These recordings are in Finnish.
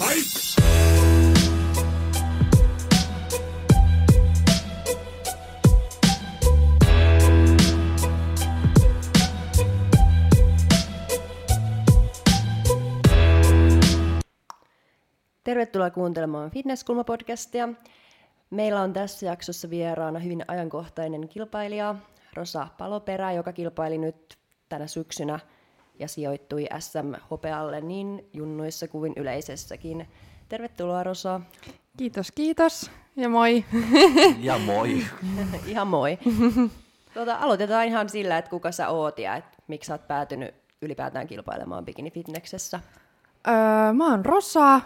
Tervetuloa kuuntelemaan Fitnesskulma-podcastia. Meillä on tässä jaksossa vieraana hyvin ajankohtainen kilpailija, Rosa Paloperä, joka kilpaili nyt tänä syksynä ja sijoittui SM-hopealle niin junnuissa kuin yleisessäkin. Tervetuloa, Rosa. Kiitos, kiitos. Ja moi. Ja moi. Ihan moi. Aloitetaan ihan sillä, että kuka sä oot ja miksi sä oot päätynyt ylipäätään kilpailemaan bikini-fitneksessä. Mä oon Rosa,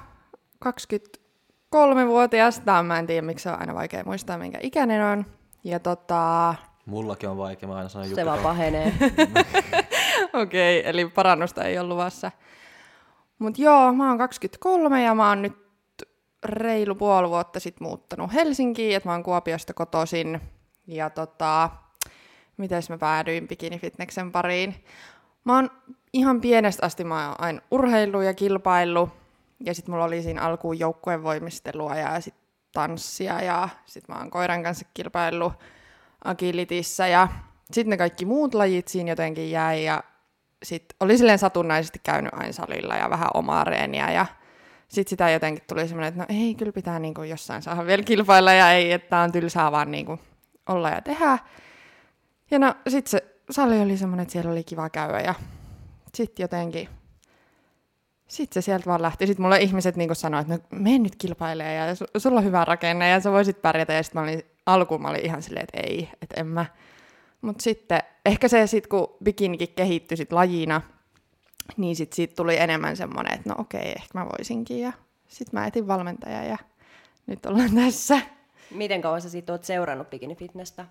23-vuotias. Mä en tiedä, miksi se on aina vaikea muistaa, minkä ikäinen on. Ja Mullakin on vaikea, mä aina sanon se vaan pahenee. Okei, eli parannusta ei ole luvassa. Mut joo, mä oon 23 ja mä oon nyt reilu puoli vuotta sitten muuttanut Helsinkiin, että mä oon Kuopiosta kotoisin. Ja miten mä päädyin bikini-fitneksen pariin? Mä oon ihan pienestä asti mä oon aina urheillut ja kilpaillut. Ja sit mulla oli siinä alkuun joukkuevoimistelua ja sit tanssia ja sit mä oon koiran kanssa kilpaillut agilitissä ja sit ne kaikki muut lajit siinä jotenkin jäi ja sit oli silleen satunnaisesti käynyt aina salilla ja vähän omaa reeniä ja sit sitä jotenkin tuli semmoinen, että no ei, kyllä pitää niinku jossain saada vielä kilpailla ja ei, että tää on tylsää vaan niinku olla ja tehdä. Ja no sit se sali oli semmoinen, että siellä oli kiva käydä ja sit jotenkin sitten se sieltä vaan lähti. Sitten mulle ihmiset niin sanoivat, että no mene nyt kilpailemaan ja sulla on hyvä rakenne ja sä voisit pärjätä. Ja sitten alkuun mä olin ihan silleen, että ei, että en mä. Mutta sitten ehkä se sitten kun bikinikin kehittyi sit lajina, niin sitten siitä tuli enemmän semmoinen, että no okei, ehkä mä voisinkin. Ja sitten mä etin valmentajaa ja nyt ollaan tässä. Miten kauan sä siitä oot seurannut bikini-fitnessä?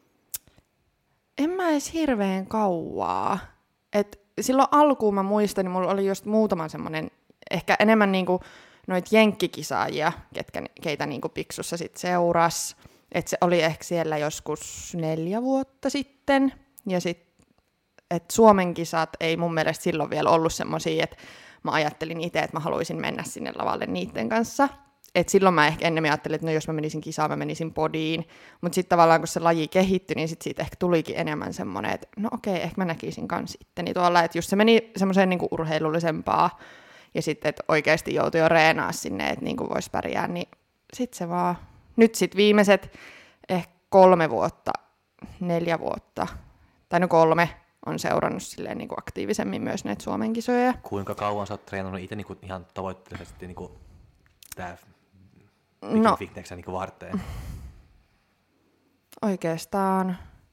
En mä edes hirveän kauaa. Silloin alkuun mä muistan, niin mulla oli just muutama semmoinen, ehkä enemmän niinku noita jenkkikisaajia, keitä niinku Piksussa sit seurasi. Että se oli ehkä siellä joskus 4 vuotta sitten. Ja sitten, että Suomen kisat ei mun mielestä silloin vielä ollut semmosia, että mä ajattelin itse, että mä haluaisin mennä sinne lavalle niiden kanssa. Et silloin mä ehkä ennemmin ajattelin, että no jos mä menisin kisaan, mä menisin podiin. Mutta sitten tavallaan kun se laji kehittyi, niin sit siitä ehkä tulikin enemmän semmoinen, että no okei, ehkä mä näkisin kans itteni tuolla. Että just se meni semmoiseen niinku urheilullisempaa. Ja sitten, että oikeasti joutui jo reenaa sinne, että niinku vois pärjää. Niin sitten se vaan, nyt sitten viimeiset ehkä 3 vuotta, 4 vuotta, tai no 3, on seurannut silleen niinku aktiivisemmin myös näitä Suomen kisoja. Kuinka kauan sä oot treenannut itse niinku ihan tavoitteellisesti niinku tää bikini-fitneksen niinku varteen? Oikeastaan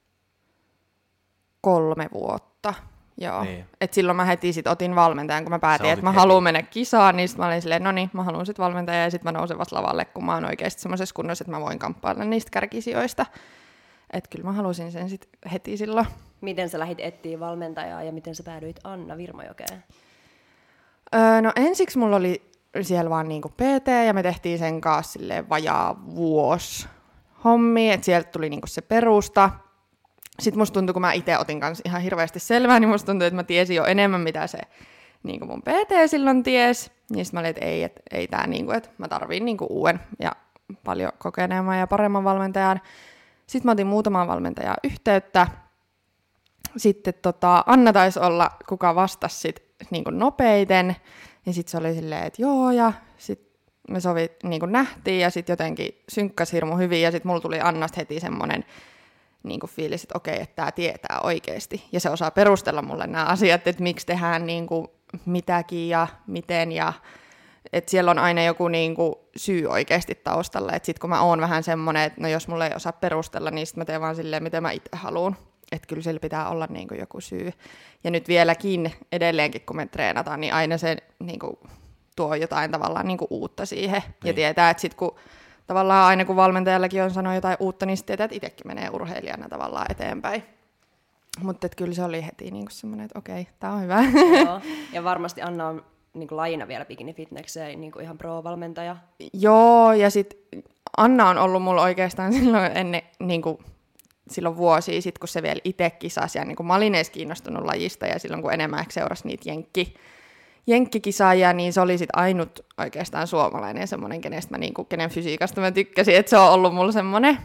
3 vuotta, joo. Niin. Et silloin mä heti sit otin valmentajan, kun mä päätin, että mä haluan mennä kisaan, niin sit mä olin silleen, no niin, mä haluan sit valmentajaa, ja sit mä nousen vasta lavalle, kun mä oon oikeasti semmoisessa kunnossa, että mä voin kamppailla niistä kärkisijoista. Että kyllä mä halusin sen sit heti silloin. Miten sä lähdit etsiä valmentajaa, ja miten sä päädyit Anna Virmajokeen? No ensiksi mulla oli siellä vaan niinku PT, ja me tehtiin sen kanssa silleen vajaa vuosi hommia, että sieltä tuli niinku se perusta. Sitten musta tuntui, kun mä itse otin kanssa ihan hirveästi selvää, niin musta tuntui, että mä tiesin jo enemmän, mitä se niinku mun PT silloin ties. Ja sitten mä olin, että ei tää niinku, että mä tarviin niinku uuden ja paljon kokeneemman ja paremman valmentajan. Sitten mä otin muutaman valmentajan yhteyttä. Sitten Anna taisi olla, kuka vastasi sit niinku nopeiten. Ja sitten se oli silleen, että joo, ja sitten me niin nähtiin, ja sitten jotenkin synkkäsi hirmu hyvin, ja sitten mulla tuli Annasta heti semmoinen niin fiilis, että okei, että tämä tietää oikeasti. Ja se osaa perustella mulle nämä asiat, että miksi tehdään niin mitäkin ja miten, ja että siellä on aina joku niin syy oikeasti taustalla. Että sitten kun mä oon vähän semmoinen, että no jos mulle ei osaa perustella, niin sitten mä teen vaan silleen, miten mä itse haluan. Että kyllä sillä pitää olla niin joku syy. Ja nyt vieläkin edelleenkin, kun me treenataan, niin aina se niin tuo jotain tavallaan niin uutta siihen. Niin. Ja tietää, että sitten kun tavallaan aina kun valmentajallakin on sanonut jotain uutta, niin sitten tietää, että itsekin menee urheilijana tavallaan eteenpäin. Mutta kyllä se oli heti niin semmoinen, että okei, tää on hyvä. Joo. Ja varmasti Anna on niin lajina vielä bikini-fitnekseen niin ihan pro-valmentaja. Joo, ja sitten Anna on ollut mulla oikeastaan silloin ennen niin silloin vuosia sitten, kun se vielä itse kisasi, ja niin kuin mä olin edes kiinnostunut lajista, ja silloin kun enemmän seurasi niitä jenkkikisaajia, niin se oli sit ainut oikeastaan suomalainen semmoinen, kenen fysiikasta mä tykkäsin, että se on ollut mulla semmoinen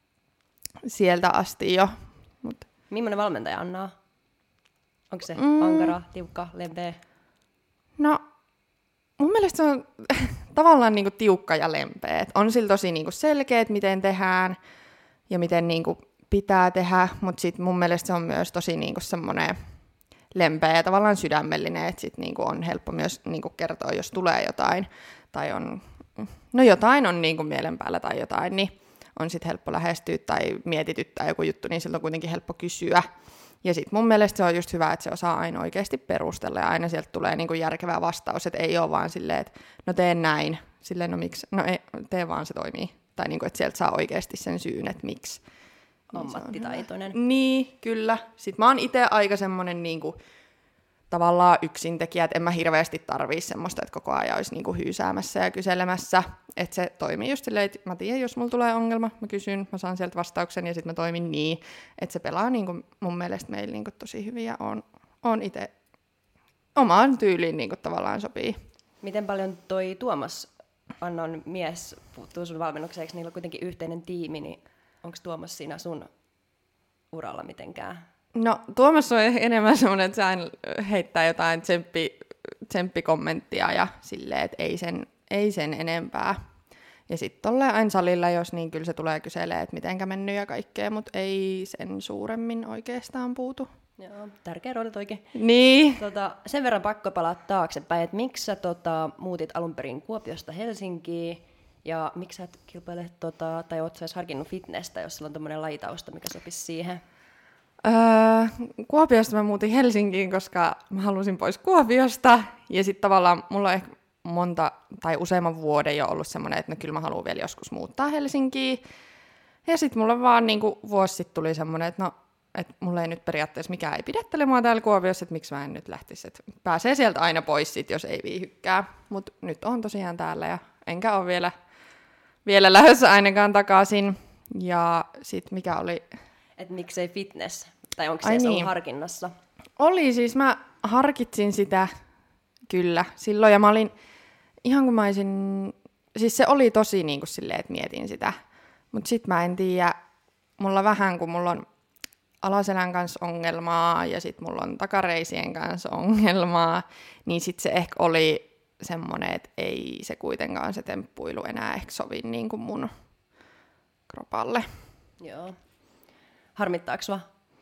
sieltä asti jo. Millainen valmentaja Anna? Onko se ankara, tiukka, lempeä? No, mun mielestä se on tavallaan niinku tiukka ja lempeä. Et on sillä tosi niinku selkeät, miten tehdään ja miten niinku pitää tehdä, mutta sitten mun mielestä se on myös tosi niinku semmoinen lempeä ja tavallaan sydämellinen, että sitten niinku on helppo myös niinku kertoa, jos tulee jotain tai jotain on niinku mielen päällä tai jotain, niin on sitten helppo lähestyä tai mietityttää joku juttu, niin siltä on kuitenkin helppo kysyä. Ja sitten mun mielestä se on just hyvä, että se osaa aina oikeasti perustella ja aina sieltä tulee niinku järkevä vastaus, että ei ole vaan silleen, että no teen näin, silleen no miksi, no ei, tee vaan se toimii. Tai niinku, että sieltä saa oikeasti sen syyn, että miksi. Ammattitaitoinen. Niin, kyllä. Sitten mä oon itse aika semmonen niinku, tavallaan yksintekijä, että en mä hirveästi tarvii semmoista, että koko ajan olisi niinku hyysäämässä ja kyselemässä. Että se toimii just silleen, että mä tiedän, jos mulla tulee ongelma, mä kysyn, mä saan sieltä vastauksen ja sitten mä toimin niin. Että se pelaa niinku mun mielestä meillä niinku tosi hyvin ja on itse omaan tyyliin niinku tavallaan sopii. Miten paljon toi Tuomas, Annan mies, puuttuu sun valmennukseen, eikö niillä on kuitenkin yhteinen tiimi, niin onko Tuomas siinä sun uralla mitenkään? No Tuomas on enemmän semmoinen, että se aina heittää jotain tsemppikommenttia ja silleen, että ei sen enempää. Ja sitten tolleen aina salilla, jos niin kyllä se tulee kyselee, että mitenkä mennyt ja kaikkea, mutta ei sen suuremmin oikeastaan puutu. Joo, tärkeä rooli toikin. Niin. Sen verran pakko palata taaksepäin, että miksi sä muutit alun perin Kuopiosta Helsinkiin ja miksi sä et kilpaile tai oot sä edes harkinnut fitnessä, jos sulla on tommoinen lajitausta, mikä sopisi siihen? Kuopiosta mä muutin Helsinkiin, koska mä halusin pois Kuopiosta. Ja sitten tavallaan mulla on ehkä useamman vuoden jo ollut semmoinen, että no kyllä mä haluan vielä joskus muuttaa Helsinkiin. Ja sitten mulla vaan niinku vuosi sitten tuli semmoinen, että no, että mulla ei nyt periaatteessa mikään ei pidättele mua täällä Kuopiossa, että miksi mä en nyt lähtisi. Että pääsee sieltä aina pois sit, jos ei viihykkää. Mutta nyt on tosiaan täällä ja enkä ole vielä lähdössä ainakaan takaisin. Ja sitten mikä oli... Että miksei fitness? Tai onko se edes ollut harkinnassa? Oli siis, mä harkitsin sitä kyllä silloin ja mä olin, ihan kun mä olisin, siis se oli tosi niin kuin silleen, että mietin sitä. Mutta sit mä en tiedä, mulla vähän kun mulla on alaselän kanssa ongelmaa ja sit mulla on takareisien kanssa ongelmaa, niin sit se ehkä oli semmonen, että ei se kuitenkaan se temppuilu enää ehkä sovi niin kuin mun kropalle. Joo. Harmittaako sua?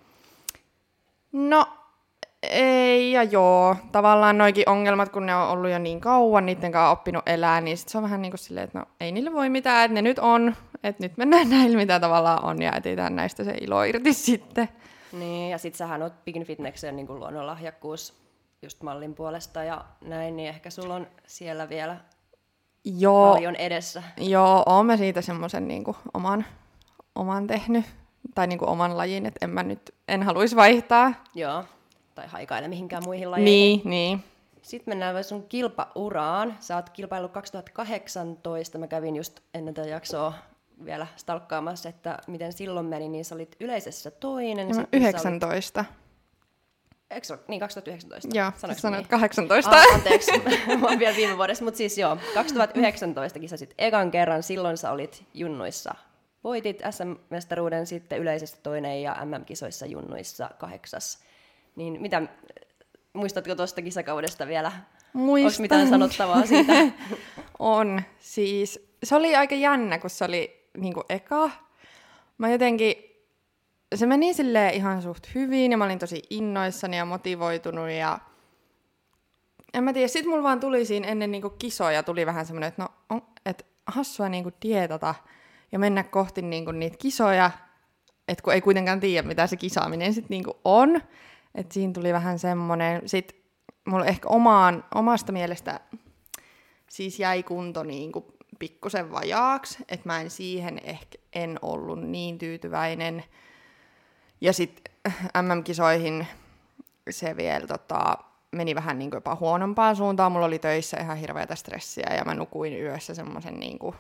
No, ei ja joo. Tavallaan noikin ongelmat, kun ne on ollut jo niin kauan, niiden kanssa oppinut elää, niin sit se on vähän niin kuin silleen, että no ei niille voi mitään, että ne nyt on. Että nyt mennään näillä, mitä tavallaan on, ja etsitään näistä se ilo irti sitten. Niin, ja sit sähän oot Big Fitnessen niin kuin luonnonlahjakkuus just mallin puolesta ja näin, niin ehkä sulla on siellä vielä paljon edessä. Joo, oon mä siitä semmoisen niin kuin oman tehnyt. Tai niinku oman lajin, että en haluaisi vaihtaa. Joo, tai haikaile mihinkään muihin lajeihin. Niin. Sitten mennään sun kilpauraan. Sä oot kilpaillut 2018, mä kävin just ennen tätä jaksoa vielä stalkkaamassa, että miten silloin meni, niin sä olit yleisessä toinen. Ja 19. Eikö se ole? Niin, 2019. Joo, sanoit niin? 18. Anteeksi, mä oon vielä viime vuodessa, mutta siis joo, 2019 kisasit ekan kerran, silloin sä olit junnuissa. Voitit SM-mestaruuden, sitten yleisessä toinen ja MM-kisoissa junnuissa 8. Niin mitä, muistatko tuosta kisakaudesta vielä? Muistan. Onko mitään sanottavaa siitä? On. Siis se oli aika jännä, kun se oli niinku eka. Mä jotenkin, se meni silleen ihan suht hyvin ja mä olin tosi innoissani ja motivoitunut ja en mä tiedä, sit mulla vaan tuli siinä ennen niinku kisoja, tuli vähän semmoinen, että no, et hassua niinku dietata ja mennä kohti niinku niitä kisoja, että kun ei kuitenkaan tiedä, mitä se kisaaminen sitten niinku on. Että siinä tuli vähän semmoinen, sitten mulla ehkä omasta mielestä siis jäi kunto niinku pikkusen vajaaksi, että mä en siihen ehkä en ollut niin tyytyväinen. Ja sitten MM-kisoihin se vielä meni vähän niinku jopa huonompaan suuntaan. Mulla oli töissä ihan hirveätä stressiä ja mä nukuin yössä semmoisen niinku,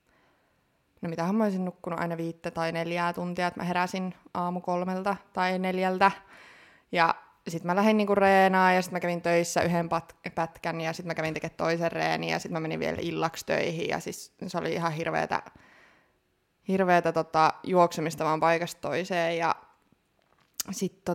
no mitähän mä olisin nukkunut aina 5 tai 4 tuntia, että mä heräsin aamu 3 tai 4. Ja sitten mä lähdin niinku reenaan ja sitten mä kävin töissä yhden pätkän ja sitten mä kävin tekemään toisen reenin ja sitten mä menin vielä illaksi töihin ja siis se oli ihan hirveetä juoksemista vaan paikasta toiseen ja sitten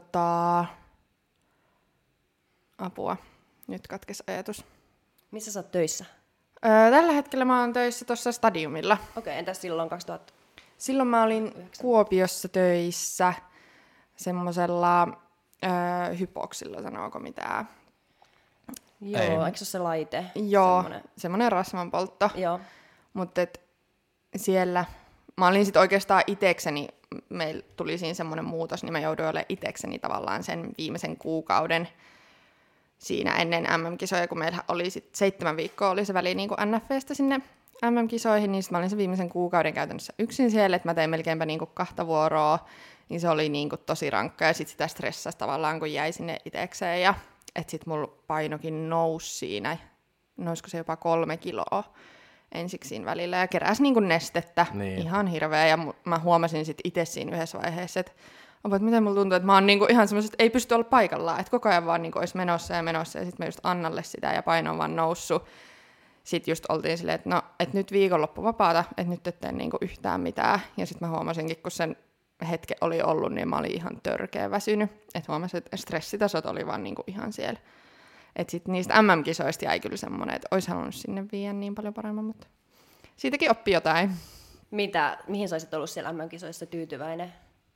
apua, nyt katkesi ajatus. Missä sä oot töissä? Tällä hetkellä mä oon töissä tuossa Stadiumilla. Okei, entäs silloin 2000? Silloin mä olin Kuopiossa töissä semmosella hypoksilla, sanooko mitään. Joo, eikö se ole se laite? Joo, semmoinen rasvanpoltto. Joo. Mutta siellä mä olin sitten oikeastaan itekseni, meillä tuli siinä semmoinen muutos, niin mä jouduin olemaan itekseni tavallaan sen viimeisen kuukauden siinä ennen MM-kisoja, kun meillä oli sitten 7 viikkoa oli se väli niin kuin NFVstä sinne MM-kisoihin, niin mä olin sen viimeisen kuukauden käytännössä yksin siellä, että mä tein melkeinpä niin kuin 2 vuoroa, niin se oli niin kuin tosi rankka ja sitten sitä stressasi tavallaan, kun jäi sinne itekseen ja että sitten mulla painokin nousi siinä, nousiko se jopa 3 kiloa ensiksi siinä välillä ja keräsi niin kuin nestettä, niin. Ihan hirveä ja mä huomasin sitten itse siinä yhdessä vaiheessa, että miten mulla tuntuu, että mä oon niinku ihan semmoiset, että ei pysty olla paikallaan, että koko ajan vaan niinku olisi menossa ja sitten mä just Annalle sitä ja paino on vaan noussut. Sitten just oltiin silleen, että no, että nyt viikonloppu vapaata, että nyt et tee niinku yhtään mitään. Ja sitten mä huomasinkin, kun sen hetke oli ollut, niin mä olin ihan törkeä väsynyt. Että huomasin, että stressitasot oli vaan niinku ihan siellä. Että sitten niistä MM-kisoista jäi kyllä semmoinen, että olisi halunnut sinne viedä niin paljon paremmin, mutta siitäkin oppi jotain. Mihin sä olisit ollut siellä MM-kisoissa tyytyväinen?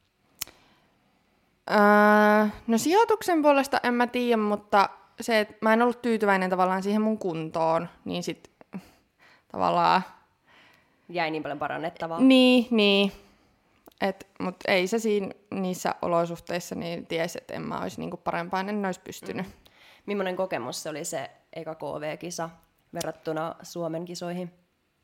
No sijoituksen puolesta en mä tiedä, mutta se, että mä en ollut tyytyväinen tavallaan siihen mun kuntoon, niin sit tavallaan... Jäi niin paljon parannettavaa. Niin. Mutta ei se niissä olosuhteissa niin tiesi, että en mä olisi niinku parempaan, en olisi pystynyt. Millainen kokemus se oli se eka KV-kisa verrattuna Suomen kisoihin?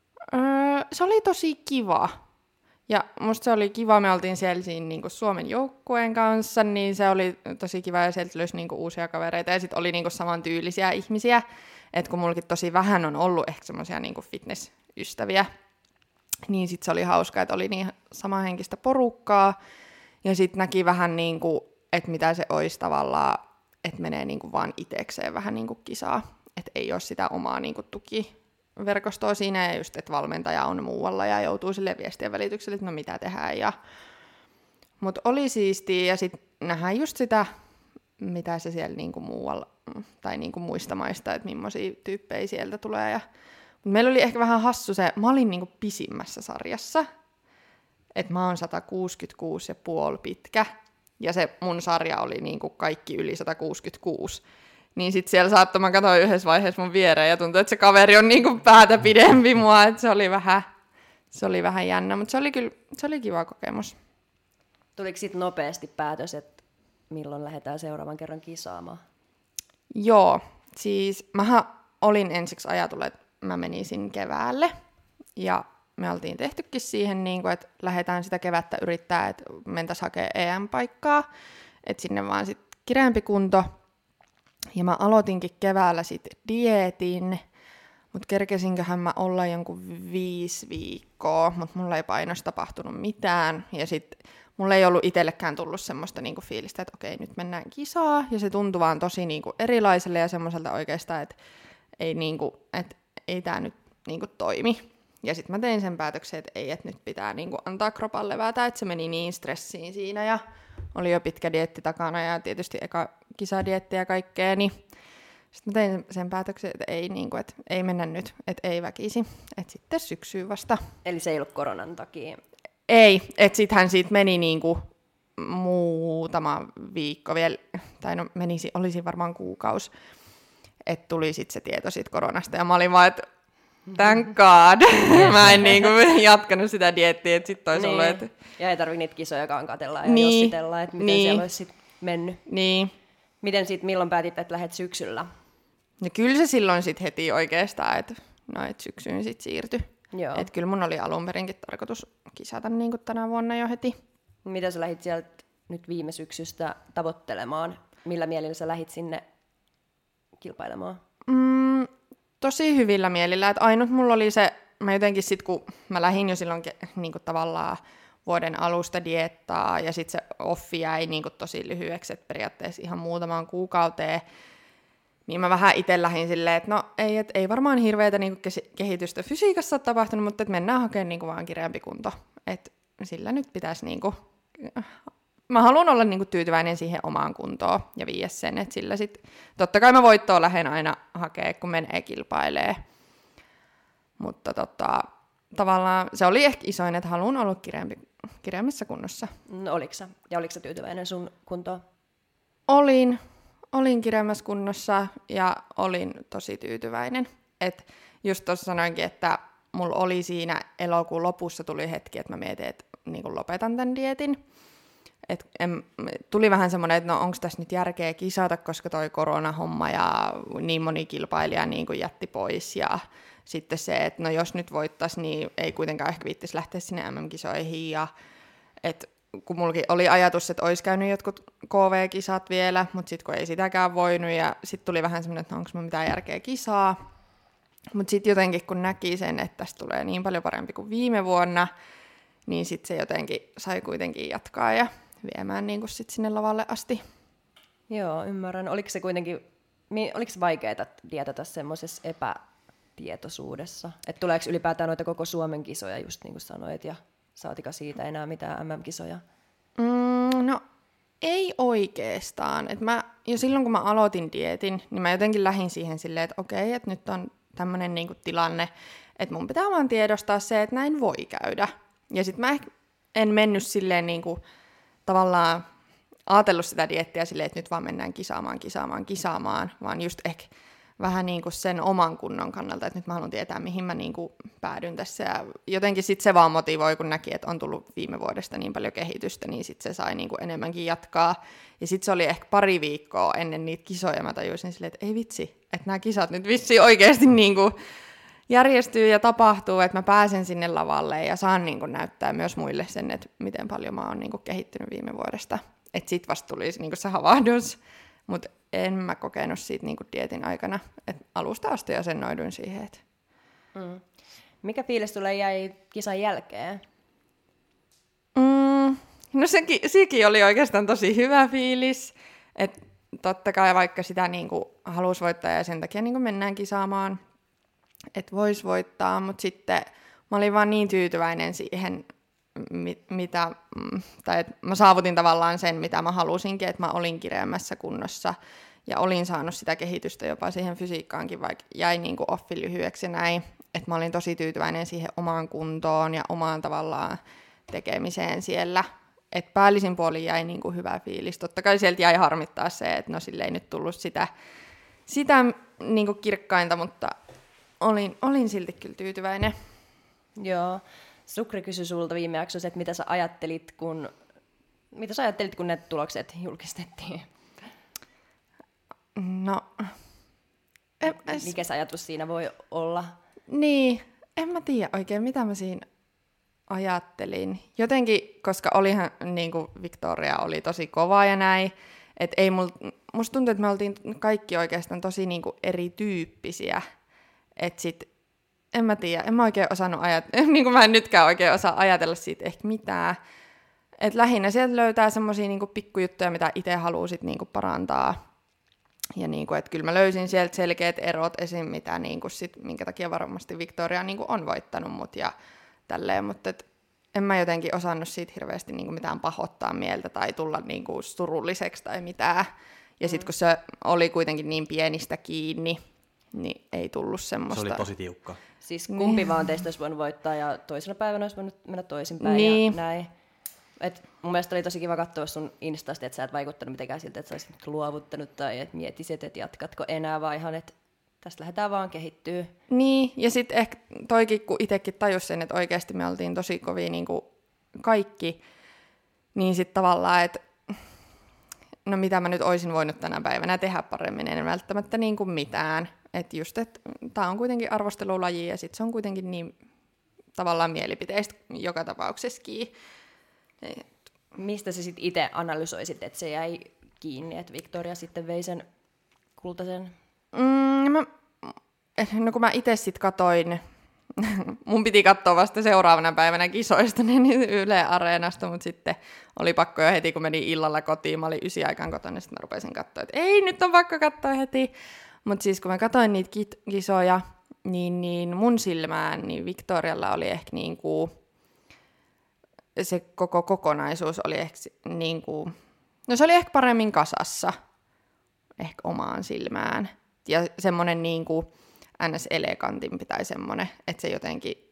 Se oli tosi kiva. Ja musta se oli kiva, me oltiin siellä siinä niinku Suomen joukkueen kanssa, niin se oli tosi kiva ja sieltä löysi niinku uusia kavereita ja sitten oli niinku samantyylisiä ihmisiä, että kun mullakin tosi vähän on ollut ehkä semmoisia niinku fitness-ystäviä, niin sitten se oli hauska, että oli niin samanhenkistä porukkaa ja sitten näki vähän niinku, että mitä se olisi tavallaan, että menee niinku vaan itekseen vähän niinku kisaa, että ei ole sitä omaa niinku tukiverkostoa siinä ja just, että valmentaja on muualla ja joutuu sille viestien välitykselle, että no mitä tehdään. Mutta oli siistiä ja sitten nähdään just sitä, mitä se siellä niinku muualla, tai niinku muista maista, että millaisia tyyppejä sieltä tulee. Mut meillä oli ehkä vähän hassu se, mä olin niinku pisimmässä sarjassa, että mä oon 166,5 pitkä ja se mun sarja oli niinku kaikki yli 166. Niin sit siellä saattoi, mä katsoin yhdessä vaiheessa mun viereen ja tuntui, että se kaveri on niinku päätä pidempi mua, että se oli vähän jännä, mutta se oli kiva kokemus. Tuliko sit nopeasti päätös, että milloin lähdetään seuraavan kerran kisaamaan? Joo, siis mähän olin ensiksi ajatellut, että mä menisin keväälle ja me oltiin tehtykin siihen, että lähdetään sitä kevättä yrittää, että mentäisiin hakemaan EM-paikkaa, että sinne vaan sit kireempi kunto. Ja mä aloitinkin keväällä sit dieetin, mutta kerkesinköhän mä olla jonkun 5 viikkoa, mutta mulla ei painossa tapahtunut mitään. Ja sit mulla ei ollut itsellekään tullut semmoista niinku fiilistä, että okei, nyt mennään kisaa. Ja se tuntui vaan tosi niinku erilaiselle ja semmoiselta oikeastaan, että ei tää nyt niinku toimi. Ja sit mä tein sen päätöksen, että ei, että nyt pitää niinku antaa kropan levätä, että se meni niin stressiin siinä ja oli jo pitkä dieetti takana ja tietysti eka kisadieetti ja kaikkea, niin sitten mä tein sen päätöksen, että ei, niinku, että ei mennä nyt, että ei väkisi, että sitten syksyyn vasta. Eli se ei ollut koronan takia? Ei, että sittenhän siitä meni niinku muutama viikko vielä, tai no olisi varmaan kuukausi, että tuli sitten se tieto siitä koronasta ja mä olin vaan, että thank God. Mä en niinku jatkanut sitä dieettiä, että sit olisi ollut, että... Ja ei tarvitse niitä kisojakaan katsella ja jossitella, että miten siellä olisi sit mennyt. Niin. Milloin päätit, että lähdet syksyllä? No kyllä se silloin sit heti oikeastaan, että syksyyn sit siirtyi. Että kyllä mun oli alun perinkin tarkoitus kisata niinku tänä vuonna jo heti. Mitä sä lähdit sieltä nyt viime syksystä tavoittelemaan? Millä mielillä sä lähdit sinne kilpailemaan? Tosi hyvillä mielillä. Että ainut mulla oli se, mä jotenkin sit kun mä lähdin jo silloin niinku tavallaan vuoden alusta dieettaa, ja sitten se offi jäi niin kuin tosi lyhyeksi, että periaatteessa ihan muutamaan kuukauteen. Niin mä vähän itse lähdin silleen, että no ei varmaan hirveätä niin kuin kehitystä fysiikassa ole tapahtunut, mutta että mennään hakemaan niin kuin vaan kireämpi kunto. Että sillä nyt pitäisi niin kuin... Mä haluan olla niin kuin tyytyväinen siihen omaan kuntoon ja viiä sen, että sillä sit... Totta kai mä voittoa lähden aina hakea, kun menee kilpailee. Mutta tavallaan se oli ehkä isoin, että haluan olla kireämmässä kunnossa. No oliko sä? Ja oliko sä tyytyväinen sun kuntoon? Olin kireämmässä kunnossa ja olin tosi tyytyväinen. Et just tuossa sanoinkin, että mulla oli siinä elokuun lopussa tuli hetki, että mä mietin, että niin lopetan tämän dieetin. Tuli vähän semmoinen, että no onko tässä nyt järkeä kisata, koska toi koronahomma ja niin moni kilpailija niin kuin jätti pois. Ja sitten se, että no jos nyt voittaisi, niin ei kuitenkaan ehkä viittisi lähteä sinne MM-kisoihin. Ja kun mullakin oli ajatus, että olisi käynyt jotkut KV-kisat vielä, mutta sitten kun ei sitäkään voinut, ja sitten tuli vähän semmoinen, että no, onko mulla mitään järkeä kisaa. Mutta sitten jotenkin kun näki sen, että tästä tulee niin paljon parempi kuin viime vuonna, niin sitten se jotenkin sai kuitenkin jatkaa ja viemään niin kuin sit sinne lavalle asti. Joo, ymmärrän. Oliko se vaikeaa dietata semmoisessa epätietoisuudessa? Että tuleeko ylipäätään noita koko Suomen kisoja, just niin kuin sanoit, ja saatika siitä enää mitään MM-kisoja? No ei oikeastaan. Jo silloin kun mä aloitin dieetin, niin mä jotenkin lähdin siihen silleen, että okei, että nyt on tämmöinen niinku tilanne, että mun pitää vaan tiedostaa se, että näin voi käydä. Ja sit mä en mennyt silleen niinku tavallaan ajatellut sitä dieettiä silleen, että nyt vaan mennään kisaamaan, vaan just ehkä vähän niin kuin sen oman kunnon kannalta, että nyt mä haluan tietää, mihin mä niin kuin päädyn tässä. Ja jotenkin sitten se vaan motivoi, kun näki, että on tullut viime vuodesta niin paljon kehitystä, niin sitten se sai niin kuin enemmänkin jatkaa. Ja sitten se oli ehkä pari viikkoa ennen niitä kisoja, mä tajusin silleen, että ei vitsi, että nämä kisat nyt vissiin oikeasti niin kuin järjestyy ja tapahtuu, että mä pääsen sinne lavalle ja saan niin kuin näyttää myös muille sen, että miten paljon mä oon niin kuin kehittynyt viime vuodesta. Että sit vasta tuli niin kuin se havahdus. Mutta en mä kokenut siitä niinku dieetin aikana. Et alusta asti asennoiduin siihen. Et. Mikä fiilis sulle jäi kisan jälkeen? No sekin oli oikeastaan tosi hyvä fiilis. Et totta kai vaikka sitä niinku halusi voittaa ja sen takia niinku mennään kisaamaan, että vois voittaa. Mutta sitten mä olin vaan niin tyytyväinen siihen, tai että mä saavutin tavallaan sen, mitä mä halusinkin, että mä olin kireämmässä kunnossa ja olin saanut sitä kehitystä jopa siihen fysiikkaankin, vaikka jäi niin kuin offi lyhyeksi ja näin, että mä olin tosi tyytyväinen siihen omaan kuntoon ja omaan tavallaan tekemiseen siellä, että päällisin puolin jäi niin kuin hyvä fiilis. Totta kai sieltä jäi harmittaa se, että no sille ei nyt tullut sitä niin kuin kirkkainta, mutta olin silti kyllä tyytyväinen. Joo. Sukri kysyi sulta viime jaksossa, että mitä sä ajattelit, kun ne tulokset julkistettiin? No, mikä se ajatus siinä voi olla? Niin, en mä tiedä oikein, mitä mä siinä ajattelin. Jotenkin, koska olihan niin kuin Victoria oli tosi kova ja näin, että ei musta tuntui, että me oltiin kaikki oikeastaan tosi niin kuin erityyppisiä, että sit en mä tiedä, en mä oikein osannut niin kuin mä en nytkään oikein osaa ajatella siitä ehkä mitään. Et lähinnä sieltä löytää semmosia niinku pikkujuttuja, mitä itse haluaa sit niinku parantaa. Ja niinku, että kyllä mä löysin sieltä selkeät erot esim. Mitä niinku sit, minkä takia varmasti Victoria niinku on voittanut mut ja tälleen, mutta en mä jotenkin osannut siitä hirveästi niinku mitään pahoittaa mieltä tai tulla niinku surulliseksi tai mitään. Ja sit kun se oli kuitenkin niin pienistä kiinni, niin ei tullut semmoista. Se oli tosi tiukka. Siis kumpi vaan teistä olisi voinut voittaa ja toisena päivänä olisi voinut mennä toisinpäin niin. Ja näin. Et mun mielestä oli tosi kiva katsoa sun Instasta, että sä et vaikuttanut mitenkään siltä, että sä olisit luovuttanut tai että miettisit, että jatkatko enää vai ihan, että tästä lähdetään vaan kehittyä. Niin, ja sitten ehkä toikin, kun itsekin tajus sen, että oikeasti me oltiin tosi kovia niin kuin kaikki, niin sitten tavallaan, että no mitä mä nyt olisin voinut tänä päivänä tehdä paremmin, en välttämättä niin kuin mitään. Että just, että tää on kuitenkin arvostelulaji ja sitten se on kuitenkin niin tavallaan mielipiteistä joka tapauksessakin. Mistä sä sitten itse analysoisit, että se jäi kiinni, että Victoria sitten vei sen kultaisen? No kun mä itse sitten katoin mun piti katsoa vasta seuraavana päivänä kisoista niin Yle Areenasta, mutta sitten oli pakko jo heti, kun menin illalla kotiin. Mä olin 9 aikaan kotona, niin sitten mä rupesin katsoa, että ei, nyt on pakko katsoa heti. Mutta siis kun mä katsoin niitä kisoja, niin mun silmään niin Victorialla oli ehkä niinku, se koko kokonaisuus oli ehkä niinku, no se oli ehkä paremmin kasassa, ehkä omaan silmään. Ja semmonen niinku ns. Elegantimpi tai semmonen, että se jotenkin,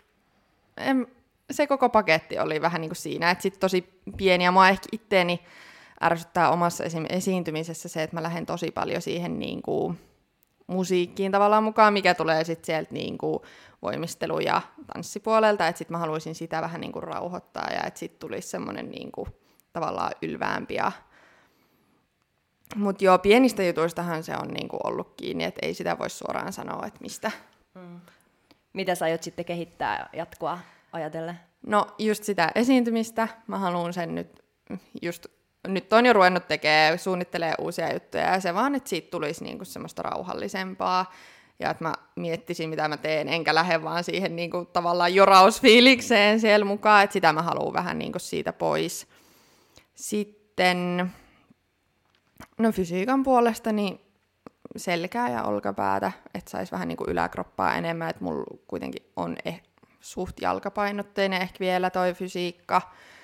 se koko paketti oli vähän niinku siinä, että sit tosi pieni, ja mua ehkä itteeni ärsyttää omassa esiintymisessä se, että mä lähden tosi paljon siihen niinku musiikkiin tavallaan mukaan, mikä tulee sitten sieltä niinku voimistelu- ja tanssipuolelta, että sitten mä haluaisin sitä vähän niinku rauhoittaa, ja että sitten tulisi semmoinen niinku tavallaan ylväämpi. Mutta joo, pienistä jutuistahan se on niinku ollut kiinni, että ei sitä voi suoraan sanoa, että mistä. Mitä sä aiot sitten kehittää jatkoa ajatellen? No just sitä esiintymistä, mä haluan sen nyt on jo ruvennut suunnittelee uusia juttuja, ja se vaan, että siitä tulisi niinku semmoista rauhallisempaa, ja että mä miettisin, mitä mä teen, enkä lähde vaan siihen niinku tavallaan jorausfiilikseen siellä mukaan, että sitä mä haluan vähän niinku siitä pois. Sitten, no fysiikan puolesta, niin selkää ja olkapäätä, että saisi vähän niinku yläkroppaa enemmän, että mulla kuitenkin on suht jalkapainotteinen ehkä vielä toi fysiikka,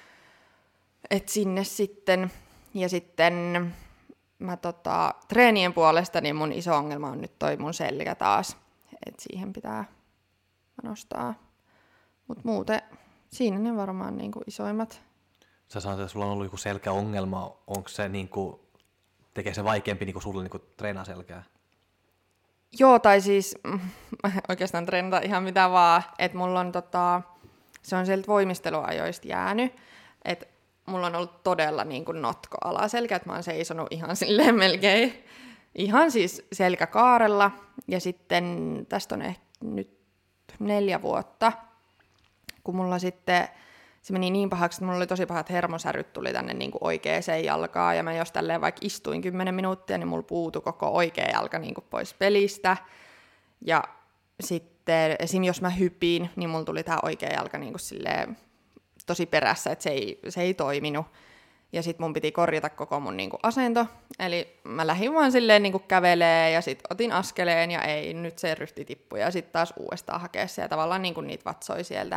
että sinne sitten, ja sitten mä treenien puolesta, niin mun iso ongelma on nyt toi mun selkä taas, että siihen pitää panostaa. Mutta muuten siinä ne varmaan niinku isoimmat. Sä sanoit, että sulla on ollut joku selkäongelma, onko se niinku, tekee se vaikeampi niinku sulle niinku treenaa selkää? Joo, tai siis oikeastaan treenata ihan mitä vaan, että mulla on se on sieltä voimisteluajoista jäänyt, että mulla on ollut todella niin kuin notko alaselkä, että mä oon seisonut ihan silleen melkein, ihan siis selkäkaarella, ja sitten tästä on ehkä nyt 4 vuotta, kun mulla sitten se meni niin pahaksi, että mulla oli tosi pahat hermosäryt tuli tänne niin kuin oikeaan jalkaan, ja mä jos tälleen vaikka istuin 10 minuuttia, niin mulla puutui koko oikea jalka niin kuin pois pelistä, ja sitten esim. Jos mä hypin, niin mulla tuli tää oikea jalka niin kuin silleen tosi perässä, että se ei toiminut. Ja sit mun piti korjata koko mun niinku asento. Eli mä lähdin vaan silleen niinku kävelee ja sit otin askeleen ja ei, nyt se ryhti tippui. Ja sit taas uudestaan hakea se ja tavallaan niinku niitä vatsoi sieltä.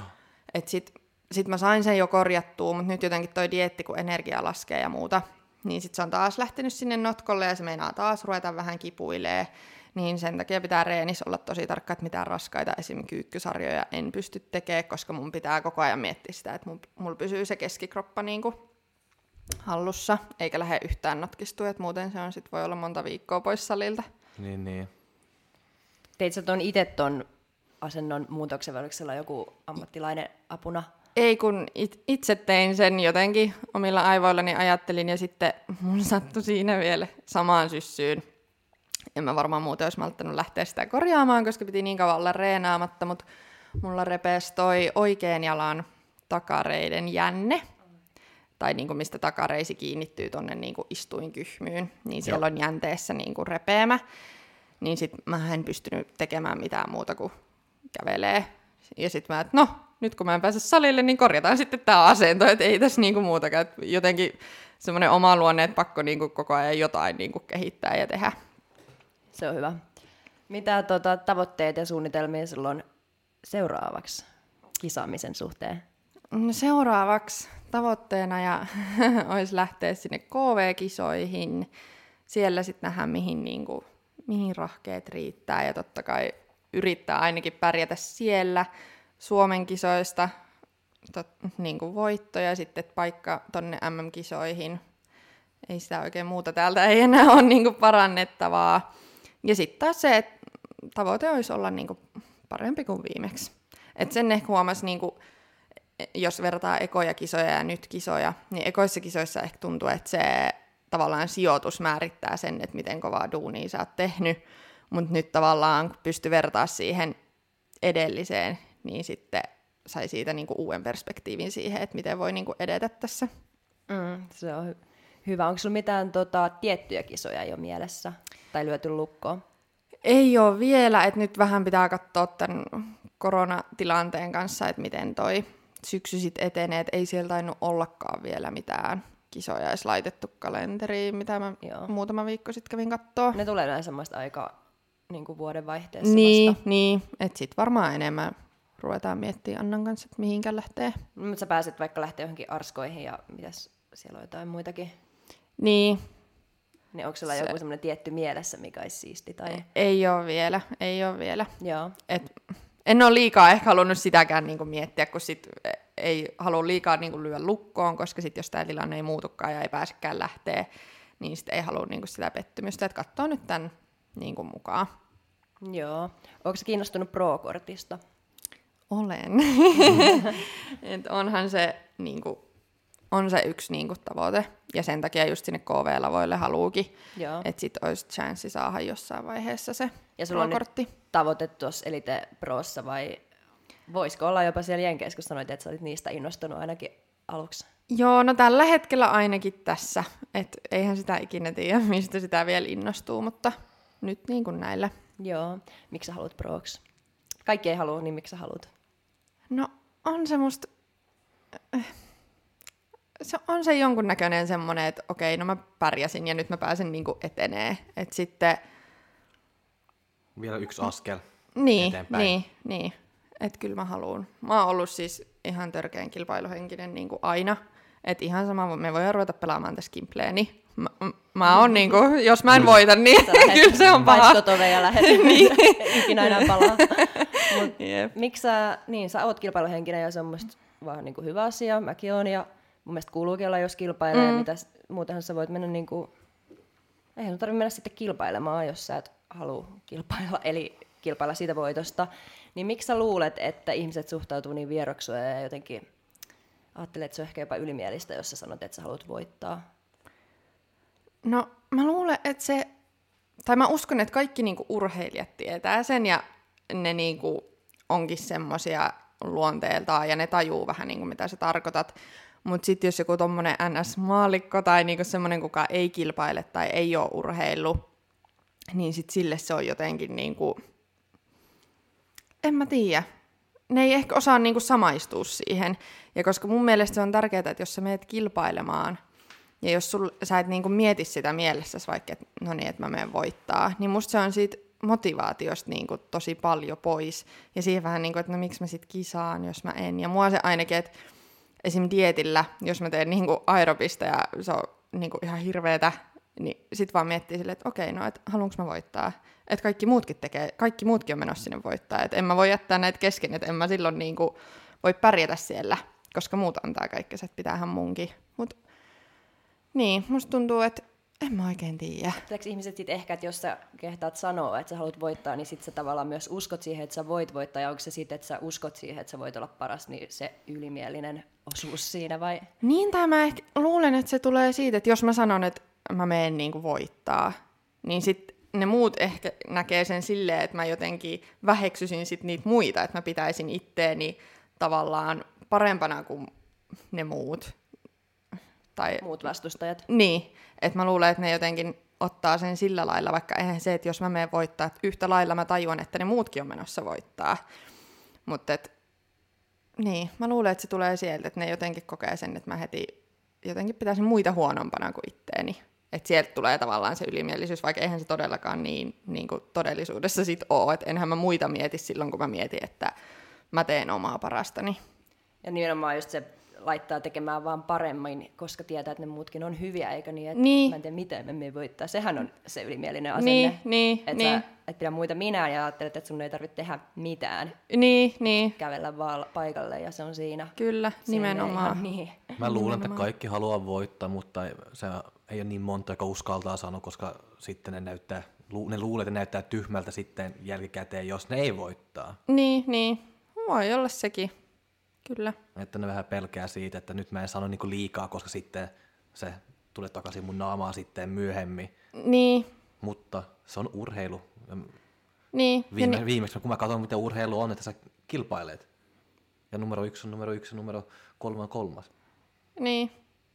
Et sit mä sain sen jo korjattua, mutta nyt jotenkin toi dieetti, kun energia laskee ja muuta, niin sit se on taas lähtenyt sinne notkolle ja se meinaa taas ruveta vähän kipuilee. Niin sen takia pitää reenissä olla tosi tarkka, että mitään raskaita esim. Kyykkysarjoja en pysty tekemään, koska mun pitää koko ajan miettiä sitä, että mulla pysyy se keskikroppa niinku hallussa, eikä lähde yhtään notkistua, että muuten se on sit voi olla monta viikkoa pois salilta. Niin. Teit sä itse ton asennon muutoksen, vai oliko siellä joku ammattilainen apuna? Ei, kun itse tein sen jotenkin omilla aivoillani, ajattelin, ja sitten mun sattui siinä vielä samaan syssyyn. En mä varmaan muuten olisi malttanut lähteä sitä korjaamaan, koska piti niin kauan olla reenaamatta, mutta mulla repesi toi oikean jalan takareiden jänne, tai niinku mistä takareisi kiinnittyy tonne niinku istuinkyhmyyn, niin siellä on jänteessä niinku repeämä, niin sit mä en pystynyt tekemään mitään muuta kuin kävelee. Ja sit mä, että no, nyt kun mä en pääse salille, niin korjataan sitten tää asento, että ei tässä niinku muutakaan. Et jotenkin semmoinen oma luonne, että pakko niinku koko ajan jotain niinku kehittää ja tehdä. Se on hyvä. Mitä tavoitteet ja suunnitelmia sulla on seuraavaksi kisaamisen suhteen? No seuraavaksi tavoitteena olisi lähteä sinne KV-kisoihin. Siellä sitten nähdään, mihin rahkeet riittää. Ja totta kai yrittää ainakin pärjätä siellä Suomen kisoista voittoja. Sitten paikka tonne MM-kisoihin. Ei sitä oikein muuta täältä ei enää ole parannettavaa. Ja sitten taas se, että tavoite olisi olla parempi kuin viimeksi. Et sen ehkä huomasi, jos vertaa ekoja kisoja ja nyt kisoja, niin ekoissa kisoissa ehkä tuntuu, että se tavallaan sijoitus määrittää sen, että miten kovaa duunia sä oot tehnyt. Mutta nyt tavallaan, kun pystyi vertaa siihen edelliseen, niin sitten sai siitä uuden perspektiivin siihen, että miten voi edetä tässä. Se on hyvä. Onko sulla mitään tiettyjä kisoja jo mielessä tai lyöty lukkoon? Ei ole vielä, että nyt vähän pitää katsoa tämän koronatilanteen kanssa, että miten toi syksy sit etenee, että ei siellä tainnut ollakaan vielä mitään kisoja edes laitettu kalenteriin, mitä mä muutama viikko sitten kävin kattoo. Ne tulee näin semmoista aika niin vuodenvaihteessa vasta. Niin, että sit varmaan enemmän ruvetaan miettimään Annan kanssa, että mihinkään lähtee. Mutta sä pääset vaikka lähteä johonkin arskoihin ja mitäs siellä on jotain muitakin. Niin. Niin onko sulla joku semmoinen tietty mielessä, mikä olisi siisti? Tai... Ei ole vielä. Joo. En ole liikaa ehkä halunnut sitäkään niinku miettiä, kun sit ei halua liikaa niinku lyödä lukkoon, koska sit jos tämä tilanne ei muutukaan ja ei pääsekään lähteä, niin sit ei halua niinku sitä pettymystä, että katsoo nyt tämän niinku mukaan. Joo. Onko sä kiinnostunut Pro-kortista? Olen. Et onhan se niinku, on se yksi niinku tavoite, ja sen takia just sinne KV-lavoille haluukin, että sit olisi chanssi saada jossain vaiheessa se ja sulla Pro-kortti. On nyt tavoite tuossa Elite Prossa, vai voisiko olla jopa siellä Jenkeissä, kun sanoit, että sä olit niistä innostunut ainakin aluksi? Joo, no tällä hetkellä ainakin tässä, että eihän sitä ikinä tiedä, mistä sitä vielä innostuu, mutta nyt niin kuin näillä. Joo, miksi sä haluat Proksi? Kaikki ei halua, niin miksi sä haluat? No on se musta... On se jonkunnäköinen semmoinen, että okei, no mä pärjäsin ja nyt mä pääsen niinku etenee. Että sitten... Vielä yksi askel eteenpäin. Niin. Että kyllä mä haluun. Mä oon ollut siis ihan törkeän kilpailuhenkinen niinku aina. Että ihan sama, me voidaan ruveta pelaamaan tässä Gimpleä, niin mä oon niinku, jos mä en voita, niin kyllä se on paha. Paiskotove ja lähdet. Niin. Ikinä enää palaa. Miksi sä oot kilpailuhenkinen ja se on musta vaan niinku hyvä asia. Mäkin oon ja mun mielestä kuuluukin olla, jos kilpailee, muutenhan sä voit mennä niinku, eihän sun tarvitse mennä sitten kilpailemaan, jos sä et halua kilpailla, eli kilpailla siitä voitosta. Niin miksi sä luulet, että ihmiset suhtautuu niin vieroksua ja jotenkin ajattelet, että se on ehkä jopa ylimielistä, jos sä sanot, että sä haluat voittaa? No mä luulen, että mä uskon, että kaikki niinku urheilijat tietää sen ja ne niinku onkin semmosia luonteeltaan ja ne tajuu vähän niinku mitä sä tarkoitat. Mutta sitten jos joku tommonen NS-maallikko tai niinku semmoinen, kuka ei kilpaile tai ei ole urheillut, niin sit sille se on jotenkin niinku, en mä tiedä. Ne ei ehkä osaa niinku samaistua siihen. Ja koska mun mielestä se on tärkeää, että jos sä meet kilpailemaan, ja jos sä et niinku mieti sitä mielessäsi vaikka, että no niin, että mä menen voittaa, niin musta se on siitä motivaatiosta niinku tosi paljon pois. Ja siihen vähän niinku, että no miksi mä sit kisaan, jos mä en. Ja mua se ainakin, että esim. Dietillä, jos mä teen niinku aerobista ja se on niinku ihan hirveetä, niin sit vaan miettii silleen, että okei, no et haluanko mä voittaa. Että kaikki muutkin on menossa sinne voittaa. Että en mä voi jättää näitä kesken, että en mä silloin niinku voi pärjätä siellä, koska muut antaa kaikkensa, että pitäähän munkin. Mut niin, musta tuntuu, että en mä oikein tiedä. Tuleeko ihmiset sitten ehkä, että jos sä kehtaat sanoa, että sä haluat voittaa, niin sit sä tavallaan myös uskot siihen, että sä voit voittaa, ja onko se sitten, että sä uskot siihen, että sä voit olla paras, niin se ylimielinen osuus siinä, vai? Niin, tai mä ehkä luulen, että se tulee siitä, että jos mä sanon, että mä menen niinku voittaa, niin sit ne muut ehkä näkee sen silleen, että mä jotenkin väheksysin sit niitä muita, että mä pitäisin itteeni tavallaan parempana kuin ne muut. Tai muut vastustajat. Niin, että mä luulen, että ne jotenkin ottaa sen sillä lailla, vaikka eihän se, että jos mä menen voittaa, että yhtä lailla mä tajuan, että ne muutkin on menossa voittaa. Mutta niin, mä luulen, että se tulee sieltä, että ne jotenkin kokee sen, että mä heti jotenkin pitäisin muita huonompana kuin itteeni. Että sieltä tulee tavallaan se ylimielisyys, vaikka eihän se todellakaan niin kuin todellisuudessa sit ole. Että enhän mä muita mieti silloin, kun mä mietin, että mä teen omaa parastani. Ja nimenomaan just se laittaa tekemään vaan paremmin, koska tietää, että ne muutkin on hyviä, eikä niin, että mä en tiedä, miten me me voittaa. Sehän on se ylimielinen asenne. Että sä et pidä muita minään ja ajattelet, että sun ei tarvitse tehdä mitään. Niin. Kävellä vaan paikalle ja se on siinä. Kyllä, nimenomaan. Niin. Mä luulen, että kaikki haluaa voittaa, mutta se ei ole niin monta, joka uskaltaa sanoa, koska sitten ne luulee, että ne näyttää tyhmältä sitten jälkikäteen, jos ne ei voittaa. Niin. Voi olla sekin. Kyllä. Että ne vähän pelkää siitä, että nyt mä en sano niinku liikaa, koska sitten se tulee takaisin mun naamaa sitten myöhemmin. Niin. Mutta se on urheilu. Niin. Viimeksi kun mä katson, mitä urheilu on, että sä kilpailet. Ja numero 1 on numero 1 ja numero 3 on 3. Niin.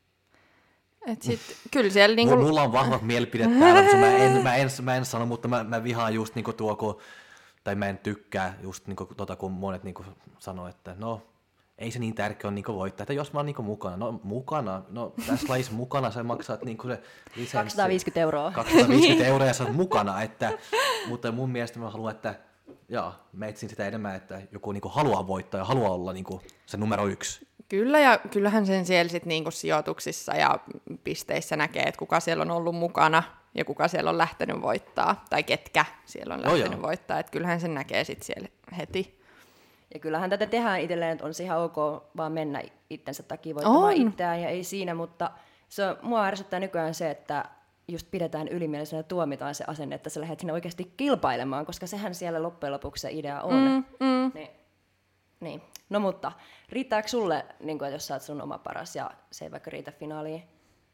Et sit, kyllä siellä niinku... Mulla on vahvat mielipiteet täällä, mutta mä en sano, mutta mä vihaan just niinku tuo, kun tai mä en tykkää just niinku, kun monet niinku sanoo, että no, ei se niin tärkeä ole niinku voittaa, että jos mä oon niinku mukana, no tässä lajissa mukana sä maksat niinku se lisenssi. 250 euroa. 250 euroa ja sä oot mukana, mutta mun mielestä mä haluan, että mä etsin sitä enemmän, että joku niinku haluaa voittaa ja haluaa olla niinku se numero 1. Kyllä, ja kyllähän sen siellä sit niinku sijoituksissa ja pisteissä näkee, että kuka siellä on ollut mukana ja kuka siellä on lähtenyt voittaa, tai ketkä siellä on lähtenyt voittaa, että kyllähän sen näkee sit siellä heti. Ja kyllähän tätä tehdään itselleen, että on se ihan ok vaan mennä itsensä takia voittamaan itseään, ja ei siinä, mutta mua ärsyttää nykyään se, että just pidetään ylimielisenä ja tuomitaan se asenne, että sä lähdet sinne oikeasti kilpailemaan, koska sehän siellä loppujen lopuksi se idea on. Niin. No mutta, riittääkö sulle, niin kun, jos sä oot sun oma paras ja se ei vaikka riitä finaaliin?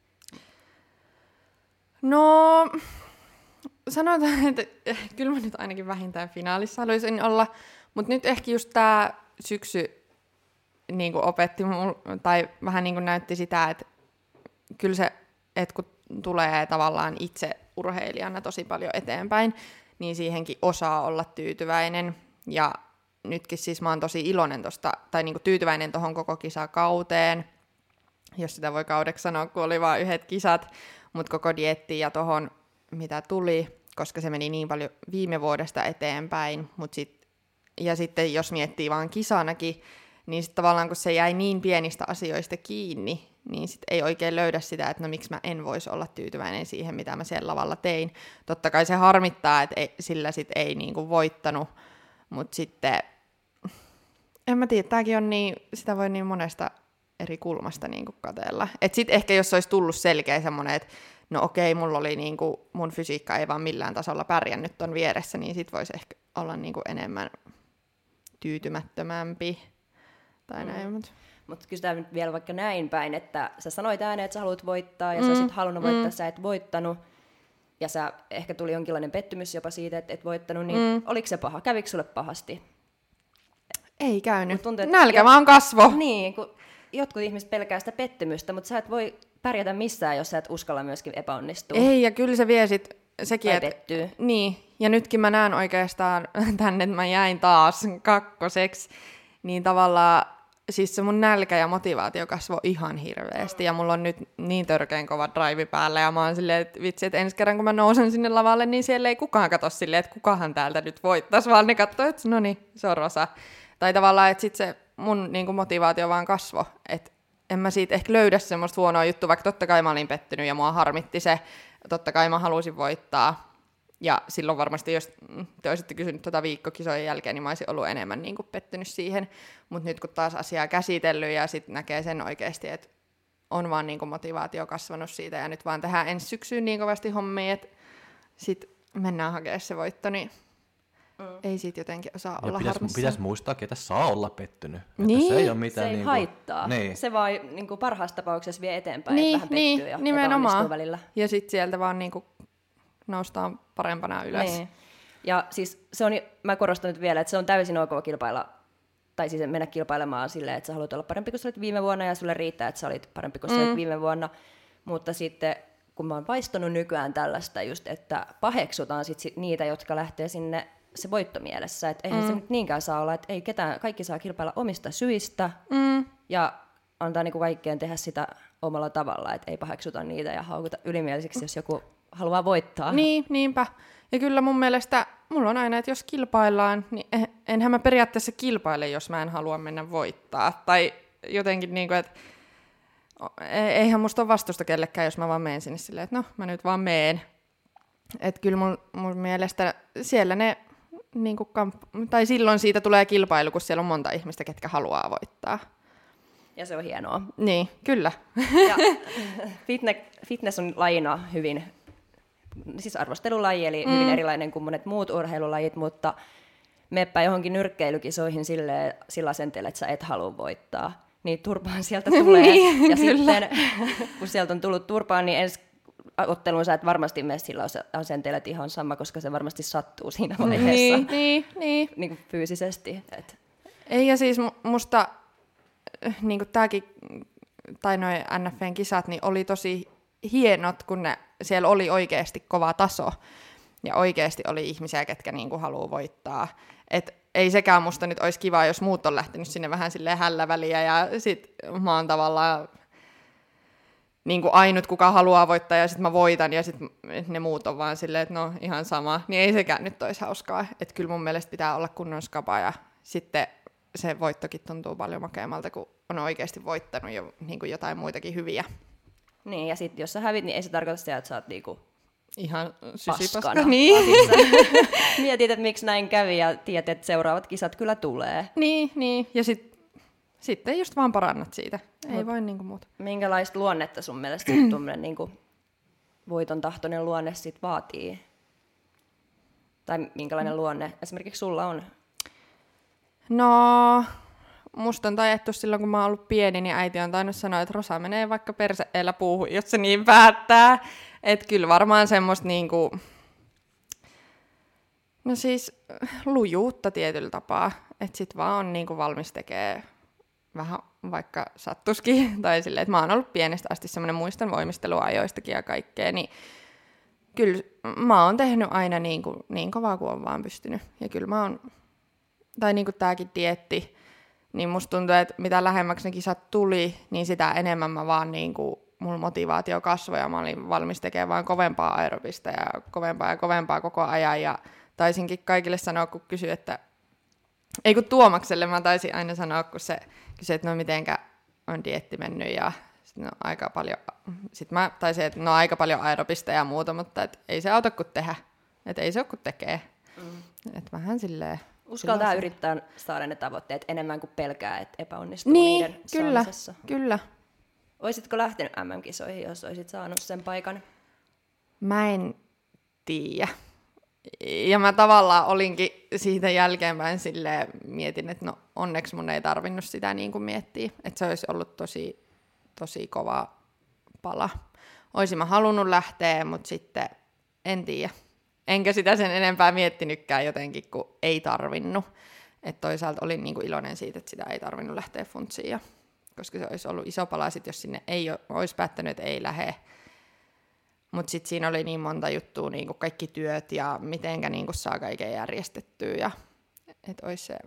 No, sanotaan, että kyllä mä nyt ainakin vähintään finaalissa haluaisin olla, mutta nyt ehkä just tää syksy niin opetti tai vähän niin näytti sitä, että kyllä se, että kun tulee tavallaan itse urheilijana tosi paljon eteenpäin, niin siihenkin osaa olla tyytyväinen. Ja nytkin siis mä oon tosi iloinen tosta, tai niin tyytyväinen tohon koko kisakauteen, jos sitä voi kaudeksi sanoa, kun oli vaan 1 kisat, mutta koko dieettiin ja tohon, mitä tuli, koska se meni niin paljon viime vuodesta eteenpäin, ja sitten jos miettii vaan kisanakin, niin sitten tavallaan kun se jäi niin pienistä asioista kiinni, niin sitten ei oikein löydä sitä, että no miksi mä en voisi olla tyytyväinen siihen, mitä mä siellä lavalla tein. Totta kai se harmittaa, että sillä sitten ei niinku voittanut, mutta sitten, en mä tiedä, tämäkin on niin, sitä voi niin monesta eri kulmasta niinku katsella. Että sitten ehkä jos olisi tullut selkeä semmoinen, että no okei, mulla oli niinku, mun fysiikka ei vaan millään tasolla pärjännyt ton vieressä, niin sitten voisi ehkä olla niinku enemmän tyytymättömämpi tai näin. Mutta kysytään nyt vielä vaikka näin päin, että sä sanoit ääneen, että sä haluat voittaa, ja sä olisit halunnut voittaa, sä et voittanut, ja sä ehkä tuli jonkinlainen pettymys jopa siitä, että et voittanut, niin oliko se paha? Kävikö sulle pahasti? Ei käynyt. Tuntuu, nälkä vaan kasvo. Niin, kun jotkut ihmiset pelkää sitä pettymystä, mutta sä et voi pärjätä missään, jos sä et uskalla myöskin epäonnistua. Ei, ja kyllä se vie sit sekin, tai pettyy. Niin, ja nytkin mä näen oikeastaan tänne, että mä jäin taas 2. niin tavallaan siis se mun nälkä ja motivaatio kasvoi ihan hirveästi, ja mulla on nyt niin törkeän kova drive päällä, ja mä oon silleen, että vitsi, että ensi kerran kun mä nousen sinne lavalle, niin siellä ei kukaan katso silleen, että kukahan täältä nyt voittaisi, vaan ne katsoo, että no niin, se on Rosa. Tai tavallaan, että sit se mun niin kuin motivaatio vaan kasvoi, että en mä siitä ehkä löydä semmoista huonoa juttua, vaikka totta kai mä olin pettynyt, ja mua harmitti se, totta kai mä halusin voittaa. Ja silloin varmasti, jos te olisitte kysynyt viikkokisojen jälkeen, niin mä olisin ollut enemmän niin kuin pettynyt siihen. Mutta nyt kun taas asiaa käsitellyt ja sitten näkee sen oikeasti, että on vaan niin kuin motivaatio kasvanut siitä ja nyt vaan tehdään ensi syksyyn niin kovasti hommia, että sitten mennään hakemaan se voitto, niin ei siitä jotenkin osaa olla harmissaan. Pitäisi muistaa, ketä saa olla pettynyt. Niin. Se ei ole mitään, se ei niin kuin haittaa. Niin. Se vaan niin kuin parhaassa tapauksessa vie eteenpäin, Niin, että vähän pettyy ja epäonnistuu välillä. Ja sitten sieltä vaan niin kuin noustaan parempana ylös. Niin. Ja siis se on, mä korostan nyt vielä, että se on täysin ok kilpailla, tai siis mennä kilpailemaan silleen, että sä haluat olla parempi kuin sä olit viime vuonna, ja sulle riittää, että sä olit parempi kuin sä olit viime vuonna. Mutta sitten, kun mä oon vaistonut nykyään tällaista just, että paheksutaan sit niitä, jotka lähtee sinne se voittomielessä, että eihän se nyt niinkään saa olla, että ei ketään, kaikki saa kilpailla omista syistä, ja antaa niinku kaikkeen tehdä sitä omalla tavalla, että ei paheksuta niitä ja haukuta ylimielisiksi, jos joku haluaa voittaa. Niin, niinpä. Ja kyllä mun mielestä, mulla on aina, että jos kilpaillaan, niin enhän mä periaatteessa kilpaile, jos mä en halua mennä voittaa. Tai jotenkin niin kuin, että eihän musta ole vastusta kellekään, jos mä vaan menen sinne silleen, että no, mä nyt vaan meen. Että kyllä mun mielestä siellä ne, niin kuin tai silloin siitä tulee kilpailu, kun siellä on monta ihmistä, ketkä haluaa voittaa. Ja se on hienoa. Niin, kyllä. Ja fitness on lajina hyvin, siis arvostelulaji, eli hyvin erilainen kuin monet muut urheilulajit, mutta meppä johonkin nyrkkeilykisoihin sillä asenteella, että sä et halua voittaa. Niin turpaan sieltä tulee. Niin, ja kyllä. sitten, kun sieltä on tullut turpaan, niin ensi otteluun sä et varmasti mene sillä asenteella, että ihan sama, koska se varmasti sattuu siinä vaiheessa. Niin. Niin kuin fyysisesti. Ei, ja siis musta niin kuin tääkin, tai noi NF:n kisat, niin oli tosi hienot, kun siellä oli oikeasti kova taso. Ja oikeasti oli ihmisiä, ketkä niinku haluaa voittaa. Et ei sekään musta nyt olisi kiva, jos muut on lähtenyt sinne vähän silleen hälläväliä ja sit mä oon tavallaan niinku ainut, kuka haluaa voittaa ja sit mä voitan ja sit ne muut on vaan silleen, että no ihan sama. Niin ei sekään nyt olisi hauskaa. Että kyllä mun mielestä pitää olla kunnon skaba ja sitten se voittokin tuntuu paljon makeammalta, kun on oikeasti voittanut jo niinku jotain muitakin hyviä. Niin, ja sitten jos sä hävit, niin ei se tarkoita sitä, että sä oot niinku ihan sysipaska. paskana. Niin. Mietit, että miksi näin kävi ja tiedät, että seuraavat kisat kyllä tulee. Niin. Ja sitten just vaan parannat siitä. Ei voi niinku muuta. Minkälaista luonnetta sun mielestä tuommoinen niinku voiton tahtoinen luonne sit vaatii? Tai minkälainen luonne esimerkiksi sulla on? No, musta on tajettu silloin, kun mä oon ollut pieni, niin äiti on tainnut sanoa, että Rosa menee vaikka perse-eellä puuhun, jos se niin päättää. Että kyllä varmaan semmoista niinku, no siis lujuutta tietyllä tapaa. Että sit vaan on niinku valmis tekee vähän vaikka sattuskin. Tai silleen, että mä oon ollut pienestä asti semmoinen muistan voimisteluajoistakin ja kaikkea, niin kyllä mä oon tehnyt aina niin kovaa kuin on vaan pystynyt. Ja kyllä mä oon, tai niin kuin tääkin dieetti, niin musta tuntuu, että mitä lähemmäksi ne kisat tuli, niin sitä enemmän mä vaan mulla motivaatio kasvoi ja mä olin valmis tekemään vaan kovempaa aerobista ja kovempaa koko ajan. Ja taisinkin kaikille sanoa, kun kysyi, että ei kun Tuomakselle mä taisin aina sanoa, kun se kysyi, että no mitenkä on dieetti mennyt ja sitten mä taisin, että no aika paljon aerobista ja muuta, mutta et ei se auta kun tehdä. Että ei se ole kun tekee. Että vähän silleen. Uskaltaa yrittää saada ne tavoitteet enemmän kuin pelkää, että epäonnistuu niin, niiden saamisessa. Kyllä. Oisitko lähtenyt MM-kisoihin, jos olisit saanut sen paikan? Mä en tiedä. Ja mä tavallaan olinkin siitä jälkeenpäin silleen, mietin, että no onneksi mun ei tarvinnut sitä niin kuin miettiä. Että se olisi ollut tosi kova pala. Oisin mä halunnut lähteä, mutta sitten en tiedä. Enkä sitä sen enempää miettinytkään jotenkin, kun ei tarvinnut. Että toisaalta olin niin kuin iloinen siitä, että sitä ei tarvinnut lähteä funtsiin. Koska se olisi ollut iso pala, sit, jos sinne ei olisi päättänyt, että ei lähde. Mutta sitten siinä oli niin monta juttua, niin kuin kaikki työt ja mitenkä niin kuin saa kaiken järjestettyä. Ja, että olisi se.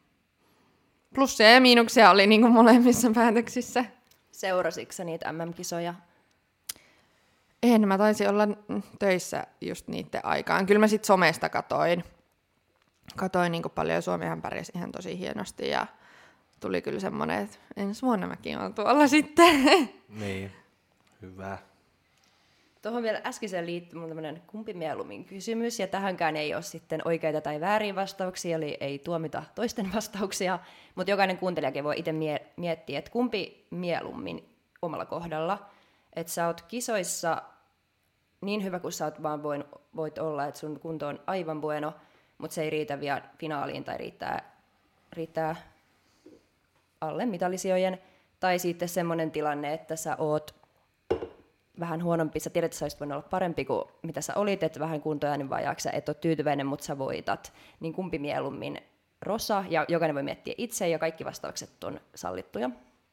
Plussia ja miinuksia oli niin kuin molemmissa päätöksissä. Seurasitko sä niitä MM-kisoja? En, mä taisin olla töissä just niiden aikaan. Kyllä mä sitten somesta katoin niin kuin paljon. Suomihan pärjäsi ihan tosi hienosti ja tuli kyllä semmoinen, että ensi vuonna mäkin olen tuolla sitten. Niin, hyvä. Tuohon vielä äskeiseen liittyy mun tämmöinen kumpi mieluummin kysymys, ja tähänkään ei ole sitten oikeita tai väärin vastauksia, eli ei tuomita toisten vastauksia, mutta jokainen kuuntelijakin voi itse miettiä, että kumpi mieluummin omalla kohdalla, että sä oot kisoissa niin hyvä kuin sä oot vaan voit olla, että sun kunto on aivan bueno, mutta se ei riitä vielä finaaliin tai riittää alle mitallisijojen, tai sitten semmoinen tilanne, että sä oot vähän huonompi, sä tiedät, että sä olisit voinut olla parempi kuin mitä sä olit, että vähän kuntoja niin vajaaksi, sä et ole tyytyväinen, mutta sä voitat, niin kumpi mieluummin Rosa, ja jokainen voi miettiä itse, ja kaikki vastaukset on sallittuja.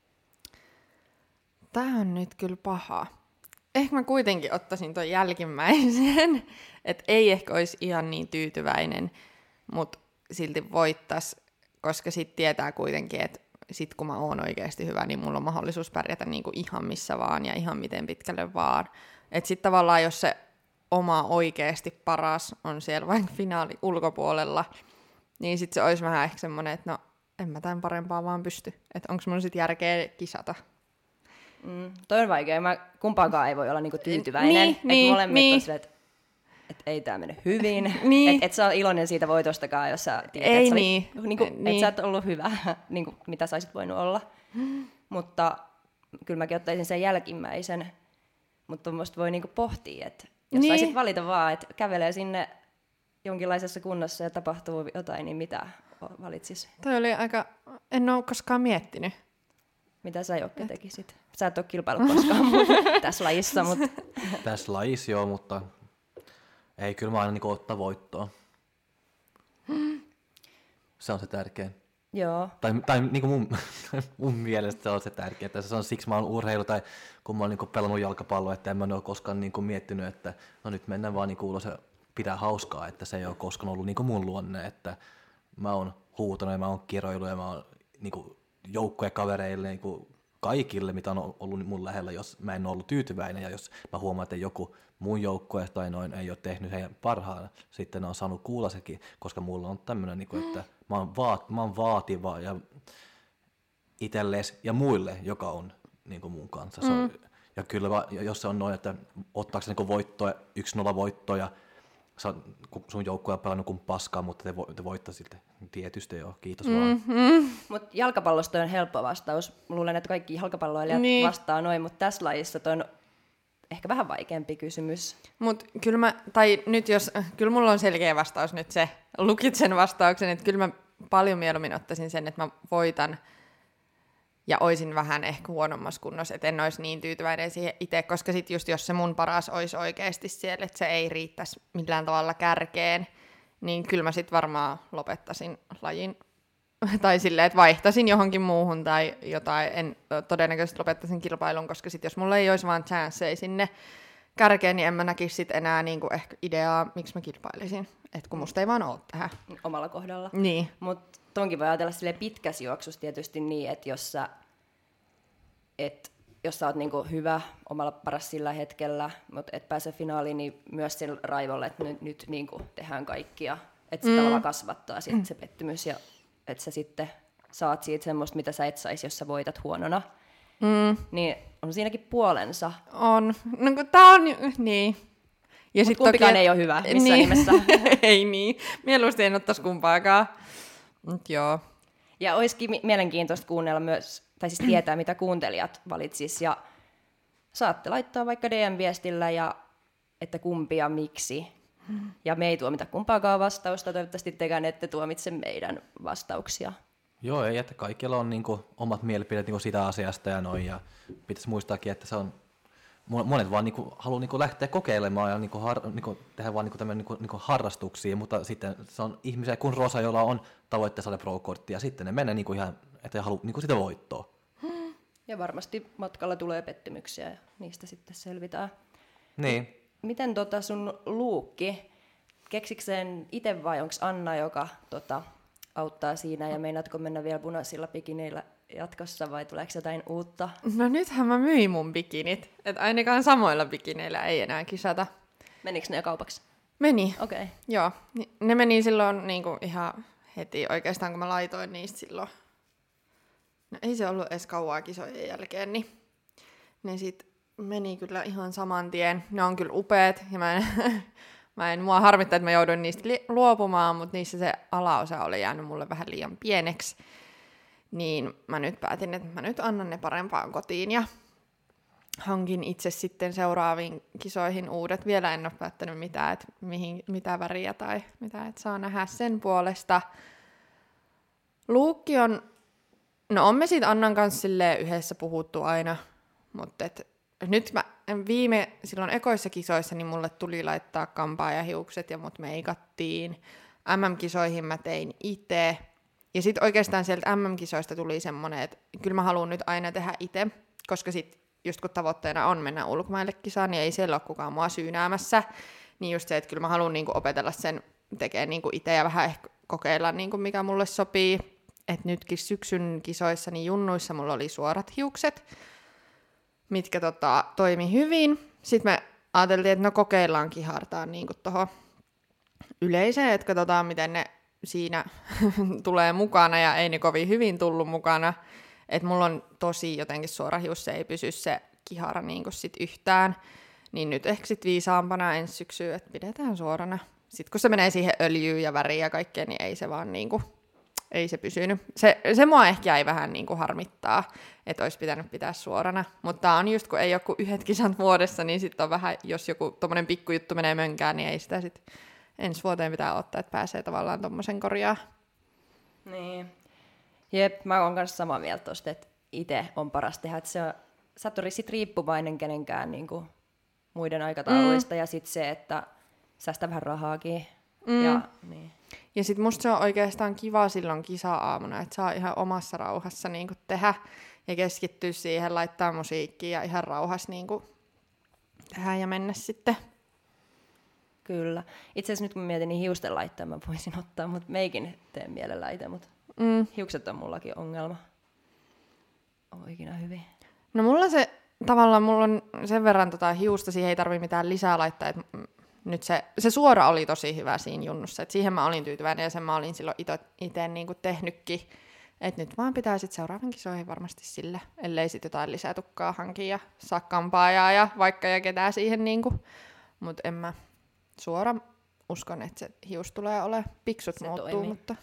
Tää on nyt kyllä paha. Ehkä mä kuitenkin ottaisin ton jälkimmäisen, että ei ehkä olisi ihan niin tyytyväinen, mutta silti voittais, koska sit tietää kuitenkin, että sit kun mä oon oikeasti hyvä, niin mulla on mahdollisuus pärjätä niinku ihan missä vaan ja ihan miten pitkälle vaan. Että sit tavallaan jos se oma oikeasti paras on siellä vaikka finaali ulkopuolella, niin sit se olisi vähän ehkä semmonen, että no en mä tämän parempaa vaan pysty. Että onko mun sit järkeä kisata. Toi on vaikea. Kumpaankaan ei voi olla niinku tyytyväinen. Molemmat on sille, että ei tää mene hyvin. Niin. Et sä ole iloinen siitä voitostakaan, jos sä tiedät, että et sä et ollut hyvä, niinku, mitä sä olisit voinut olla. Mutta kyllä mäkin ottaisin sen jälkimmäisen. Mutta tuommoista voi niinku pohtia, että jos saisit valita vaan, että kävelee sinne jonkinlaisessa kunnossa ja tapahtuu jotain, niin mitä valitsis? Toi oli aika, en ole koskaan miettinyt. Mitä sä Jokke tekisit? Sä et ole kilpailut koskaan tässä lajissa. Mutta Tässä lajissa joo, mutta ei, kyllä mä aina niin ottaa voittoa. Se on se tärkein. joo. Tai niin kuin mun mielestä se on se tärkein. Se on siksi mä oon urheilu tai kun mä oon niin pelannut jalkapalloa, että en mä ole koskaan niin miettinyt, että no nyt mennään vaan niin ulos ja pitää hauskaa, että se ei ole koskaan ollut niinku mun luonne, että mä oon huutanut ja mä oon kiroillut ja mä oon niinku joukkuekavereille niinku kaikille, mitä on ollut mun lähellä, jos mä en ole ollut tyytyväinen ja jos mä huomaan, että joku mun joukkue tai noin ei ole tehnyt heidän parhaan, sitten ne on saanut kuulla sekin, koska mulla on tämmöinen, niinku, että mä oon vaativa ja itsellees ja muille, joka on niinku mun kanssa. Se on, ja kyllä jos se on noin, että ottaako se niinku voittoa, 1-0 voittoa ja sun joukkue on pelannut kuin paskaa, mutta te voittaa siltä. Tietysti joo, kiitos vaan. Mutta jalkapallosta on helppo vastaus. Luulen, että kaikki jalkapalloilijat vastaa noin, mutta tässä lajissa on ehkä vähän vaikeampi kysymys. Mut kyllä mulla on selkeä vastaus nyt se, lukit sen vastauksen, että kyllä mä paljon mieluummin ottaisin sen, että mä voitan ja oisin vähän ehkä huonommassa kunnossa, että en olisi niin tyytyväinen siihen itse, koska sit just jos se mun paras olisi oikeasti siellä, että se ei riittäisi millään tavalla kärkeen, niin kyllä mä sit varmaan lopettaisin lajin, tai silleen, että vaihtaisin johonkin muuhun tai jotain, todennäköisesti lopettaisin kilpailun, koska sit jos mulla ei olisi vaan chanceja sinne kärkeen, niin en mä näkisi sit enää niinku ehkä ideaa, miksi mä kilpailisin, että kun musta ei vaan ole tähän. Omalla kohdalla. Niin. Mutta tonkin voi ajatella silleen pitkässä juoksussa tietysti niin, että jos sä oot niinku hyvä omalla paras sillä hetkellä, mutta et pääse finaaliin, niin myös sillä raivolla, että nyt niinku tehdään kaikkia. Että sitä tavallaan kasvattaa sit se pettymys ja että sä sitten saat siitä semmoista, mitä sä et saisi, jos sä voitat huonona. Niin on siinäkin puolensa. On. No kun tää on, niin. Mutta kumpikaan ei ole hyvä missään nimessä. Ei niin. Mieluusti en ottaisi kumpaakaan. Mut joo. Ja olisikin mielenkiintoista kuunnella myös, tai siis tietää, mitä kuuntelijat valitsis. Ja saatte laittaa vaikka DM-viestillä, että kumpi ja miksi. Ja me ei tuomita kumpaakaan vastausta. Toivottavasti tekään ette tuomitse meidän vastauksia. Joo, ei, että kaikilla on niinku omat mielipiteet niinku sitä asiasta ja noin. Ja pitäisi muistaakin, että se on monet vaan niinku haluaa niinku lähteä kokeilemaan ja niinku tehdä vaan niinku harrastuksia, mutta sitten se on ihmisiä kuin Rosa, jolla on tavoitteessa saada pro-korttia, ja sitten ne menee niinku ihan, että ei halua niinku sitä voittoa. Ja varmasti matkalla tulee pettymyksiä ja niistä sitten selvitään. Niin. Miten sun luukki, keksikö sen itse vai onko Anna, joka auttaa siinä ja meinaatko mennä vielä punaisilla bikineillä jatkossa vai tuleeko jotain uutta? No nythän mä myin mun bikinit, että ainakaan samoilla bikineillä ei enää kisata. Menikö ne jo kaupaksi? Meni. Okei. Okay. Joo, ne meni silloin niinku ihan heti oikeastaan, kun mä laitoin niistä silloin. No ei se ollut edes kauaa kisojen jälkeen, niin ne sit meni kyllä ihan saman tien. Ne on kyllä upeat ja mua harmittaa, että mä jouduin niistä luopumaan, mutta niissä se alaosa oli jäänyt mulle vähän liian pieneksi. Niin mä nyt päätin, että mä nyt annan ne parempaan kotiin ja hankin itse sitten seuraaviin kisoihin uudet. Vielä en ole päättänyt mitään, että mitä väriä tai mitä, että saa nähdä sen puolesta. Luukki on, no on me siitä Annan kanssa yhdessä puhuttu aina, mutta nyt silloin ekoissa kisoissa, niin mulle tuli laittaa kampaa ja hiukset ja mut meikattiin. MM-kisoihin mä tein itse. Ja sitten oikeastaan sieltä MM-kisoista tuli semmoinen, että kyllä mä haluan nyt aina tehdä itse, koska sitten just kun tavoitteena on mennä ulkomaille kisaan, niin ei siellä ole kukaan mua syynäämässä. Niin just se, että kyllä mä haluan niinku opetella sen tekemään niinku itse ja vähän ehkä kokeilla, niinku mikä mulle sopii. Että nytkin syksyn kisoissa, niin junnuissa mulla oli suorat hiukset, mitkä toimi hyvin. Sitten me ajateltiin, että no kokeillaan kihartaan niinku tuohon yleiseen, että katsotaan miten ne siinä tulee mukana ja ei ne kovin hyvin tullut mukana. Että mulla on tosi jotenkin suora hius, se ei pysy se kihara niinku sit yhtään. Niin nyt ehkä sit viisaampana ensi syksyä, että pidetään suorana. Sitten kun se menee siihen öljyyn ja väriin ja kaikkeen, niin ei se vaan niinku, ei se pysynyt. Se mua ehkä jäi vähän niinku harmittaa, että olisi pitänyt pitää suorana. Mutta on just kun ei ole kuin yhdet kisat vuodessa, niin sitten on vähän, jos joku tommonen pikkujuttu menee mönkään, niin ei sitä sitten ensi vuoteen pitää ottaa, että pääsee tavallaan tommosen korjaa. Niin. Jep, mä oon kanssa samaa mieltä tosta, että itse on paras tehdä, että sä et ole sit riippuvainen kenenkään niinku muiden aikatauluista, ja sitten se, että säästää vähän rahaakin. Ja sit musta se on oikeastaan kiva silloin kisa-aamuna, että saa ihan omassa rauhassa niinku tehdä ja keskittyä siihen, laittaa musiikkia ja ihan rauhassa niinku tehdä ja mennä sitten. Kyllä. Itse asiassa nyt kun mietin, niin hiusten laittaa mä voisin ottaa, mutta meikin teen mielellä itse, mutta hiukset on mullakin ongelma. On ikinä hyvin. No mulla on sen verran hiusta, siihen ei tarvitse mitään lisää laittaa, että nyt se suora oli tosi hyvä siinä junnussa, että siihen mä olin tyytyväinen ja sen mä olin silloin itse niinku tehnytkin. Että nyt vaan pitää sitten seuraavan kisoihin varmasti sille, ellei sitten jotain lisätukkaa hankin ja saa kampaajaa ja vaikka ja ketään siihen niinku. Mut en mä suoraan uskon, että se hius tulee olemaan. Piksut se muuttuu, toimii. Mutta...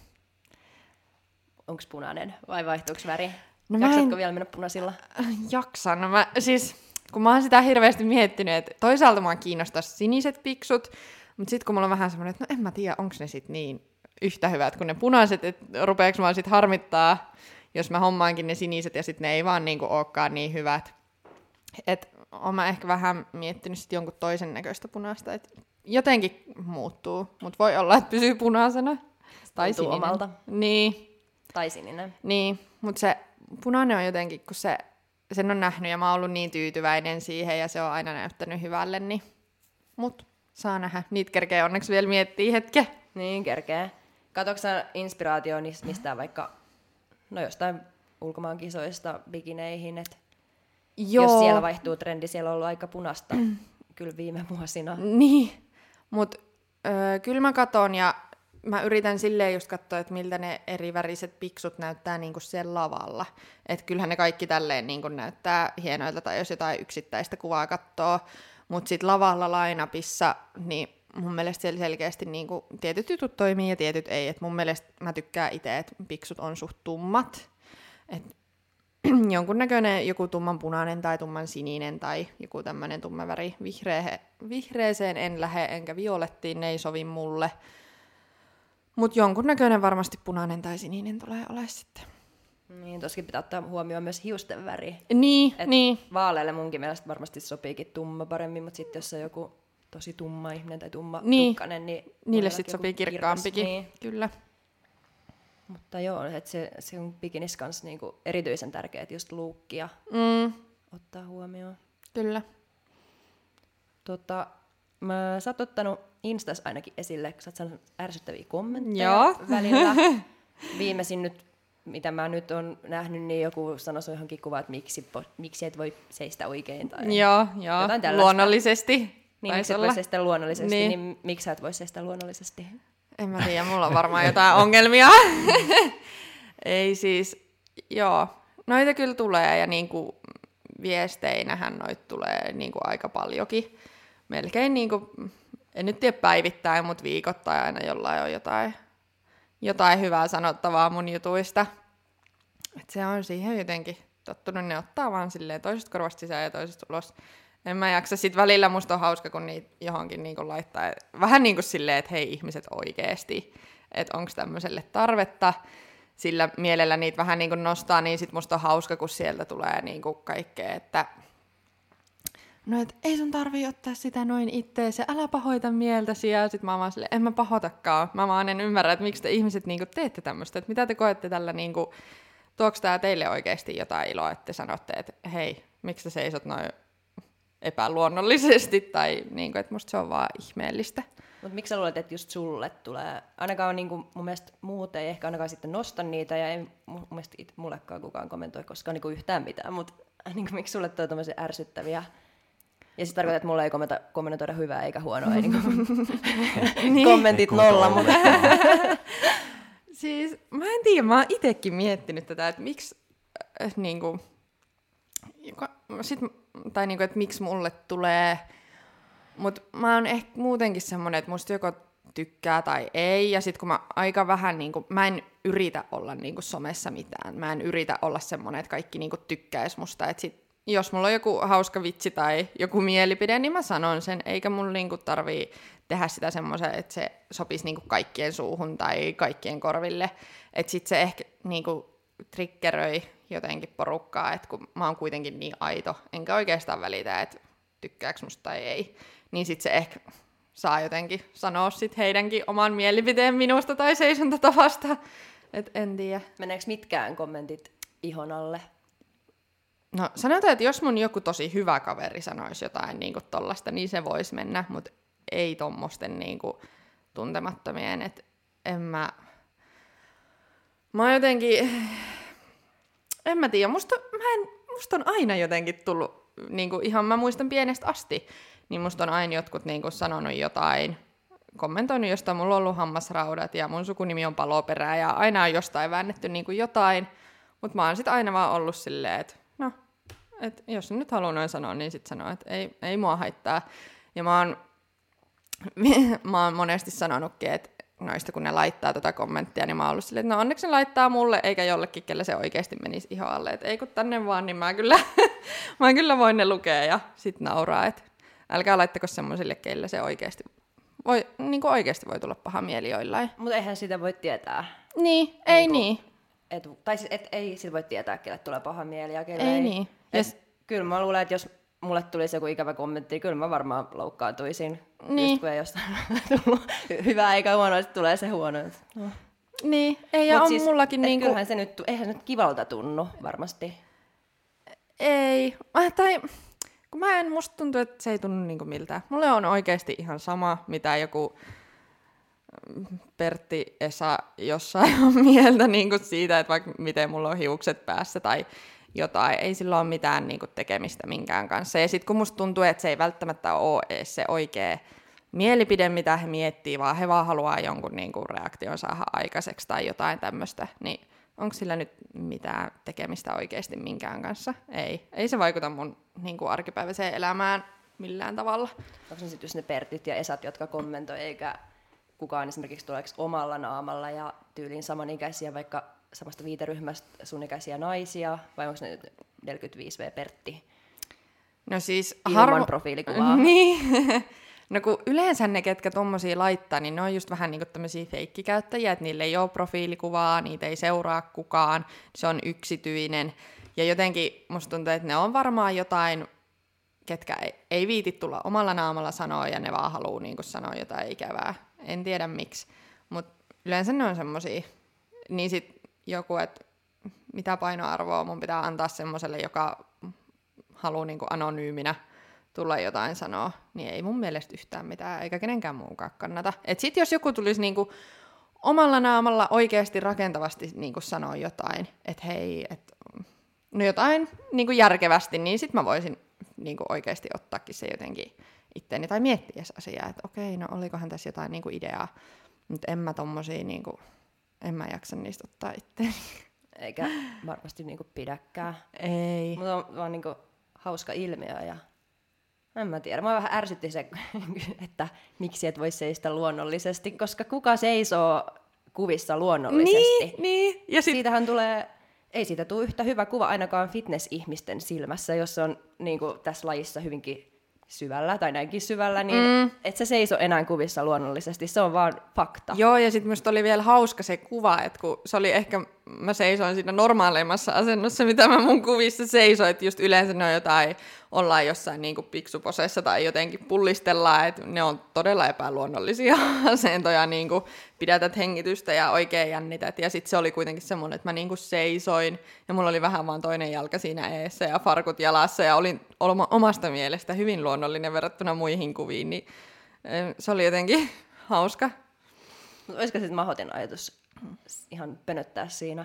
Onko punainen vai vaihtuuko väri? No jaksatko vielä mennä punaisilla? Jaksan. No kun mä oon sitä hirveästi miettinyt, että toisaalta mua kiinnostaa siniset piksut, mutta sitten kun mulla on vähän semmoinen, että no en mä tiedä, onko ne sit niin yhtä hyvät kuin ne punaiset, että rupeeko mua sit harmittaa, jos mä hommaankin ne siniset ja sitten ne ei vaan niinku olekaan niin hyvät. Että oon mä ehkä vähän miettinyt sit jonkun toisen näköistä punaista, että jotenkin muuttuu, mutta voi olla, että pysyy punaisena. Tai sininen. Omalta. Niin. Tai sininen. Niin, mutta se punainen on jotenkin, kun sen on nähnyt ja mä oon ollut niin tyytyväinen siihen ja se on aina näyttänyt hyvälle, niin mut saa nähdä. Niitä kerkee onneksi vielä miettiä hetken. Niin, kerkee. Katoksa inspiraatioon mistään vaikka, no jostain ulkomaan kisoista bikineihin, että jos siellä vaihtuu trendi, siellä on ollut aika punasta kyllä viime vuosina. Niin, mutta kyllä mä katon ja mä yritän silleen just katsoa, että miltä ne eri väriset piksut näyttää niinku siellä lavalla. Että kyllähän ne kaikki tälleen niinku näyttää hienoilta tai jos jotain yksittäistä kuvaa katsoo. Mutta sitten lavalla line-upissa, niin mun mielestä siellä selkeästi niinku tietyt jutut toimii ja tietyt ei. Et mun mielestä mä tykkään itse, että piksut on suht tummat. Et jonkunnäköinen joku tumman punainen tai tumman sininen tai joku tämmöinen tumma väri. Vihreeseen en lähde enkä violettiin, ne ei sovi mulle. Mutta jonkunnäköinen varmasti punainen tai sininen tulee olemaan sitten. Niin, toskin pitää ottaa huomioon myös hiusten väri. Niin. Vaaleille munkin mielestä varmasti sopiikin tumma paremmin, mutta sitten jos on joku tosi tumma ihminen tai tumma tukkanen, niin niille sitten sopii kirkkaampikin, niin. Kyllä. Mutta joo, että se on bikinis kanssa niinku erityisen tärkeää, että just luukkia ottaa huomioon. Kyllä. Sä oot ottanut Instas ainakin esille, kun sä oot saanut ärsyttäviä kommentteja välillä. Viimeisin nyt, mitä mä nyt oon nähnyt, niin joku sanoi johonkin kuvaan, että miksi et voi seistä oikein. Tai joo, luonnollisesti. Niin, miksi et voi seistä luonnollisesti, niin miksi sä et voi seistä luonnollisesti? En mä tiedä, mulla on varmaan jotain ongelmia. Ei siis, joo. Noita kyllä tulee ja niinku viesteinähän noita tulee niinku aika paljonkin. Melkein niinku, en nyt tiedä päivittäin, mutta viikoittain aina jollain on jotain hyvää sanottavaa mun jutuista. Et se on siihen jotenkin tottunut, ne ottaa vaan silleen toisesta korvasta sisään ja toisesta ulos. En mä jaksa. Sit välillä musta on hauska, kun niitä johonkin niinku laittaa. Vähän niin kuin silleen, että hei ihmiset oikeesti, että onko tämmöiselle tarvetta. Sillä mielellä niitä vähän niin kuin nostaa, niin sit musta on hauska, kun sieltä tulee niinku kaikkea, että no et ei sun tarvii ottaa sitä noin ittees ja älä pahoita mieltäsi. Ja sit mä oon vaan silleen, en mä pahoitakaan. Mä vaan en ymmärrä, että miksi te ihmiset niinku teette tämmöistä. Että mitä te koette tällä, niinku, tuoks tää teille oikeesti jotain iloa, että te sanotte, että hei, miksi sä seisot noin epäluonnollisesti. Tai niinku, että musta se on vaan ihmeellistä. Mutta miksi sä luulet, että just sulle tulee? Ainakaan niinku, mun mielestä muut ei ehkä ainakaan sitten nosta niitä ja ei mun mielestä mullekaan kukaan kommentoi koskaan niinku yhtään mitään. Mutta niinku, miksi sulle tulee tommosia ärsyttäviä? Ja sitten tarkoittaa, että mulla ei kommentoida hyvää eikä huonoa, ei niin. Kommentit nolla. Mutta siis mä en tiedä, mä oon itekin miettinyt tätä, että miksi, niinku, tai niinku, että miksi mulle tulee, mutta mä oon ehkä muutenkin semmonen, että musta joko tykkää tai ei, ja sit kun mä aika vähän, niinku, mä en yritä olla niinku somessa mitään, mä en yritä olla semmonen, että kaikki niinku tykkäis musta, että sit jos mulla on joku hauska vitsi tai joku mielipide, niin mä sanon sen, eikä mun niinku tarvii tehdä sitä semmoisen, että se sopisi niinku kaikkien suuhun tai kaikkien korville. Että sit se ehkä niinku triggeröi jotenkin porukkaa, että kun mä oon kuitenkin niin aito, enkä oikeastaan välitä, että tykkääks musta tai ei, niin sit se ehkä saa jotenkin sanoa sit heidänkin oman mielipiteen minusta tai seisontatavasta. Et en tiedä. Meneekö mitkään kommentit ihon alle? No sanotaan, että jos mun joku tosi hyvä kaveri sanoisi jotain niin kuin tollasta, niin se voisi mennä, mutta ei tommosten niinku tuntemattomien, että mä oon jotenkin, en mä tiedä, musta on aina jotenkin tullut, niinku ihan mä muistan pienestä asti, niin musta on aina jotkut niinku sanonut jotain, kommentoinut jostain, mulla on ollut hammasraudat ja mun sukunimi on Paloperä ja aina on jostain väännetty niinku jotain, mutta mä oon sit aina vaan ollut silleen, että no, et jos nyt haluaa noin sanoa, niin sit sanoo, että ei mua haittaa. Ja mä oon monesti sanonutkin, että noista kun ne laittaa tota kommenttia, niin mä oon ollut silleen, että no onneksi ne laittaa mulle, eikä jollekin, kelle se oikeasti menisi ihoalle. Että ei kun tänne vaan, niin mä kyllä voin ne lukea ja sit nauraa, että älkää laittako semmoisille, keille se oikeasti voi, niin kuin oikeasti voi tulla paha mieli joillain. Mutta eihän sitä voi tietää. Niin, ei niin. Tai siis, ei sitä voi tietää, kelle tulee paha mieli ja kelle ei. Niin. Kyllä mä luulen, että jos mulle tulisi joku ikävä kommentti, niin kyllä mä varmaan loukkaantuisin. Niin. Just kun ei jostain tullut hyvää eikä huonoa, sitten tulee se huono. No. Niin, ei ja on siis, mullakin niinku... Kyllähän se nyt, eihän se nyt kivalta tunnu varmasti. Ei, tai kun musta tuntuu, että se ei tunnu niinku miltään. Mulle on oikeasti ihan sama, mitä joku Pertti Esa jossain on mieltä niinku siitä, että vaikka miten mulla on hiukset päässä tai jotain, ei sillä ole mitään niinku tekemistä minkään kanssa. Ja sitten kun musta tuntuu, että se ei välttämättä ole edes se oikea mielipide, mitä he miettii, vaan he vaan haluaa jonkun niinku reaktion saada aikaiseksi tai jotain tämmöistä, niin onko sillä nyt mitään tekemistä oikeasti minkään kanssa? Ei se vaikuta mun niinku arkipäiväiseen elämään millään tavalla. Onko ne sitten just ne Pertit ja Esat, jotka kommentoi, eikä kukaan esimerkiksi tuleeko omalla naamalla ja tyyliin samanikäisiä, vaikka samasta viiteryhmästä sun ikäisiä naisia, vai onko ne 45V Pertti? No siis ilman profiilikuvaa. Niin. No kun yleensä ne, ketkä tommosia laittaa, niin ne on just vähän niinku tämmöisiä feikkikäyttäjiä, että niillä ei ole profiilikuvaa, niitä ei seuraa kukaan, se on yksityinen. Ja jotenkin musta tuntuu, että ne on varmaan jotain, ketkä ei viiti tulla omalla naamalla sanoa, ja ne vaan haluaa niinku sanoa jotain ikävää. En tiedä miksi, mutta yleensä ne on semmosia. Niin sit joku, että mitä painoarvoa mun pitää antaa semmoselle, joka haluaa niinku anonyyminä tulla jotain sanoa, niin ei mun mielestä yhtään mitään, eikä kenenkään muunkaan kannata. Et sit jos joku tulisi niinku omalla naamalla oikeasti rakentavasti niinku sanoa jotain, että hei, no jotain niinku järkevästi, niin sit mä voisin niinku oikeasti ottaakin se jotenkin itteeni tai miettiä asiaa, että okei, no olikohan tässä jotain niinku ideaa, mutta en mä tommosia niinku, en mä jaksa niistä ottaa itteeni. Eikä varmasti niinku pidäkään. Ei. Mutta on vaan niinku hauska ilmiö ja en mä tiedä. Mä vähän ärsytti se, että miksi et voi seistä luonnollisesti, koska kuka seisoo kuvissa luonnollisesti? Niin. Ja Siitähän tulee, ei siitä tule yhtä hyvä kuva ainakaan fitness-ihmisten silmässä, jos on niinku tässä lajissa hyvinkin syvällä tai näinkin syvällä, niin et sä seiso enää kuvissa luonnollisesti, se on vaan fakta. Joo, ja sitten musta oli vielä hauska se kuva, että kun se oli ehkä, mä seisoin siinä normaaleimmassa asennossa, mitä mä mun kuvissa seisoin, että just yleensä ne on jotain, ollaan jossain niinku piksuposessa tai jotenkin pullistellaan, että ne on todella epäluonnollisia asentoja, niinku pidätät hengitystä ja oikein jännität, ja sitten se oli kuitenkin semmoinen, että mä niinku seisoin, ja mulla oli vähän vaan toinen jalka siinä eessä ja farkut jalassa, ja olin omasta mielestä hyvin luonnollinen verrattuna muihin kuviin, niin se oli jotenkin hauska. Mutta olisiko sitten mahdoton ajatus ihan pönöttää siinä,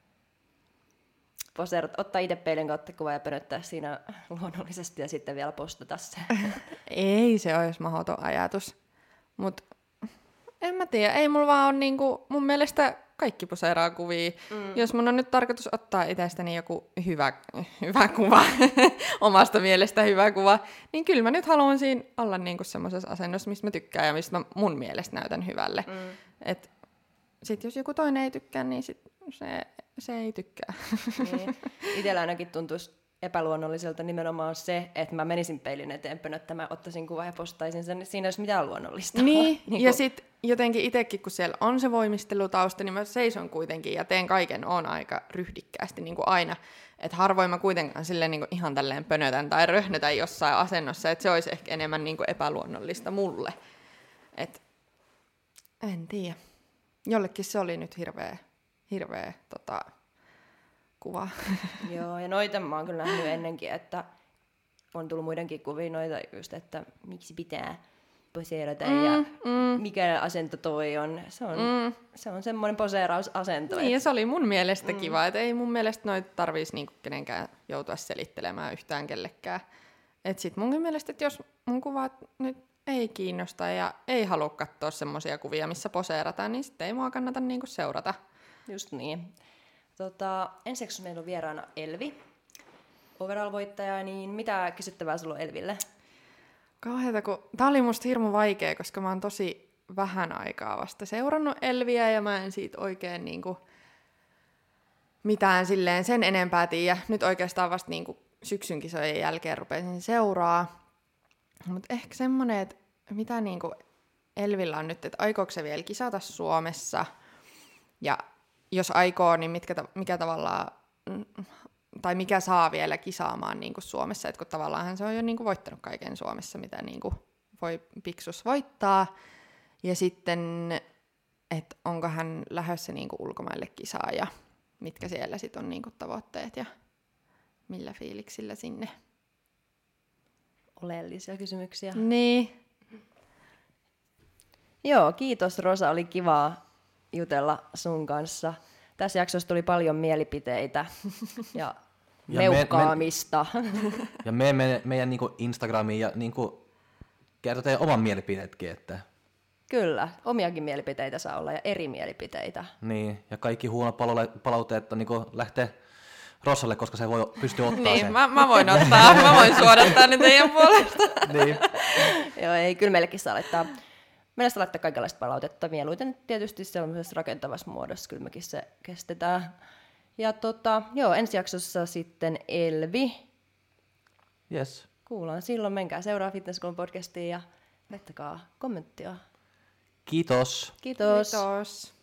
ottaa itse peilin kautta kuva ja pönöttää siinä luonnollisesti ja sitten vielä postata se? Ei se olisi mahdoton ajatus, mutta en mä tiedä, ei mulla vaan ole niinku, mun mielestä kaikki poseeraa kuvia. Jos mun on nyt tarkoitus ottaa itsestäni joku hyvä kuva, omasta mielestä hyvä kuva, niin kyllä mä nyt haluan siinä olla niinku semmoisessa asennossa, mistä mä tykkään ja mistä mä mun mielestä näytän hyvälle. Et sit jos joku toinen ei tykkää, niin sit se ei tykkää. Niin. Itellä ainakin tuntuisi epäluonnolliselta nimenomaan se, että mä menisin peilin eteen pönöttämään, ottaisin kuvan ja postaisin sen, niin siinä ei olisi mitään luonnollista. Niin, ja sitten jotenkin itsekin, kun siellä on se voimistelutausta, niin mä seison kuitenkin ja teen kaiken, on aika ryhdikkäästi niin kuin aina. Että harvoin mä kuitenkaan silleen niin kuin ihan tälleen pönötän tai röhnötän jossain asennossa, että se olisi ehkä enemmän niin kuin epäluonnollista mulle. Et en tiedä. Jollekin se oli nyt hirveä kuva. Joo, ja noita mä oon kyllä nähnyt ennenkin, että on tullut muidenkin kuvia noita just, että miksi pitää poseerata ja mikä asento toi on. Se on semmoinen poseerausasento. Niin, ja se oli mun mielestä kiva, että ei mun mielestä noita tarvitsisi niinku kenenkään joutua selittelemään yhtään kellekään. Et sit munkin mielestä, että jos mun kuvat nyt ei kiinnosta ja ei halua katsoa semmoisia kuvia, missä poseerataan, niin sitten ei mua kannata niinku seurata. Just niin. Ensiksi meillä on vieraana Elvi, overall-voittaja, niin mitä kysyttävää sulla on Elville? Kauheeta, kun tää oli musta hirmu vaikea, koska mä oon tosi vähän aikaa vasta seurannut Elviä ja mä en siitä oikein niinku mitään silleen sen enempää tiedä. Nyt oikeastaan vasta niinku syksyn kisojen jälkeen rupesin seuraa. Mutta ehkä semmonen, että mitä niinku Elvillä on nyt, että aikooko se vielä kisata Suomessa? Ja jos aikoo, niin mikä tavallaan, tai mikä saa vielä kisaamaan niinku Suomessa? Et kun tavallaan se on jo niinku voittanut kaiken Suomessa, mitä niinku voi piksus voittaa. Ja sitten, että onko hän lähdössä niinku ulkomaille kisaa ja mitkä siellä sitten on niinku tavoitteet ja millä fiiliksillä sinne. Oleellisia kysymyksiä. Niin. Joo, kiitos Rosa, oli kivaa jutella sun kanssa. Tässä jaksossa tuli paljon mielipiteitä ja meuhkaamista. Ja meidän niinku Instagramiin ja niinku kertoo teidän oman mielipiteetkin, että... Kyllä, omiakin mielipiteitä saa olla ja eri mielipiteitä. Niin, ja kaikki huono palautteet niinku lähtee Rosalle, koska se voi pystyä ottaa niin, sen. Mä voin ottaa, mä voin suodattaa ne teidän puolesta. Niin. Joo, ei, kyllä meillekin saa laittaa. Meillä saa laittaa kaikenlaista palautetta. Mieluiten tietysti sellaisessa rakentavassa muodossa, kyllä mekin se kestetään. Ja joo, ensi jaksossa sitten Elvi. Yes. Kuullaan silloin, menkää seuraa Fitness School podcastiin ja laittakaa kommenttia. Kiitos. Kiitos. Kiitos.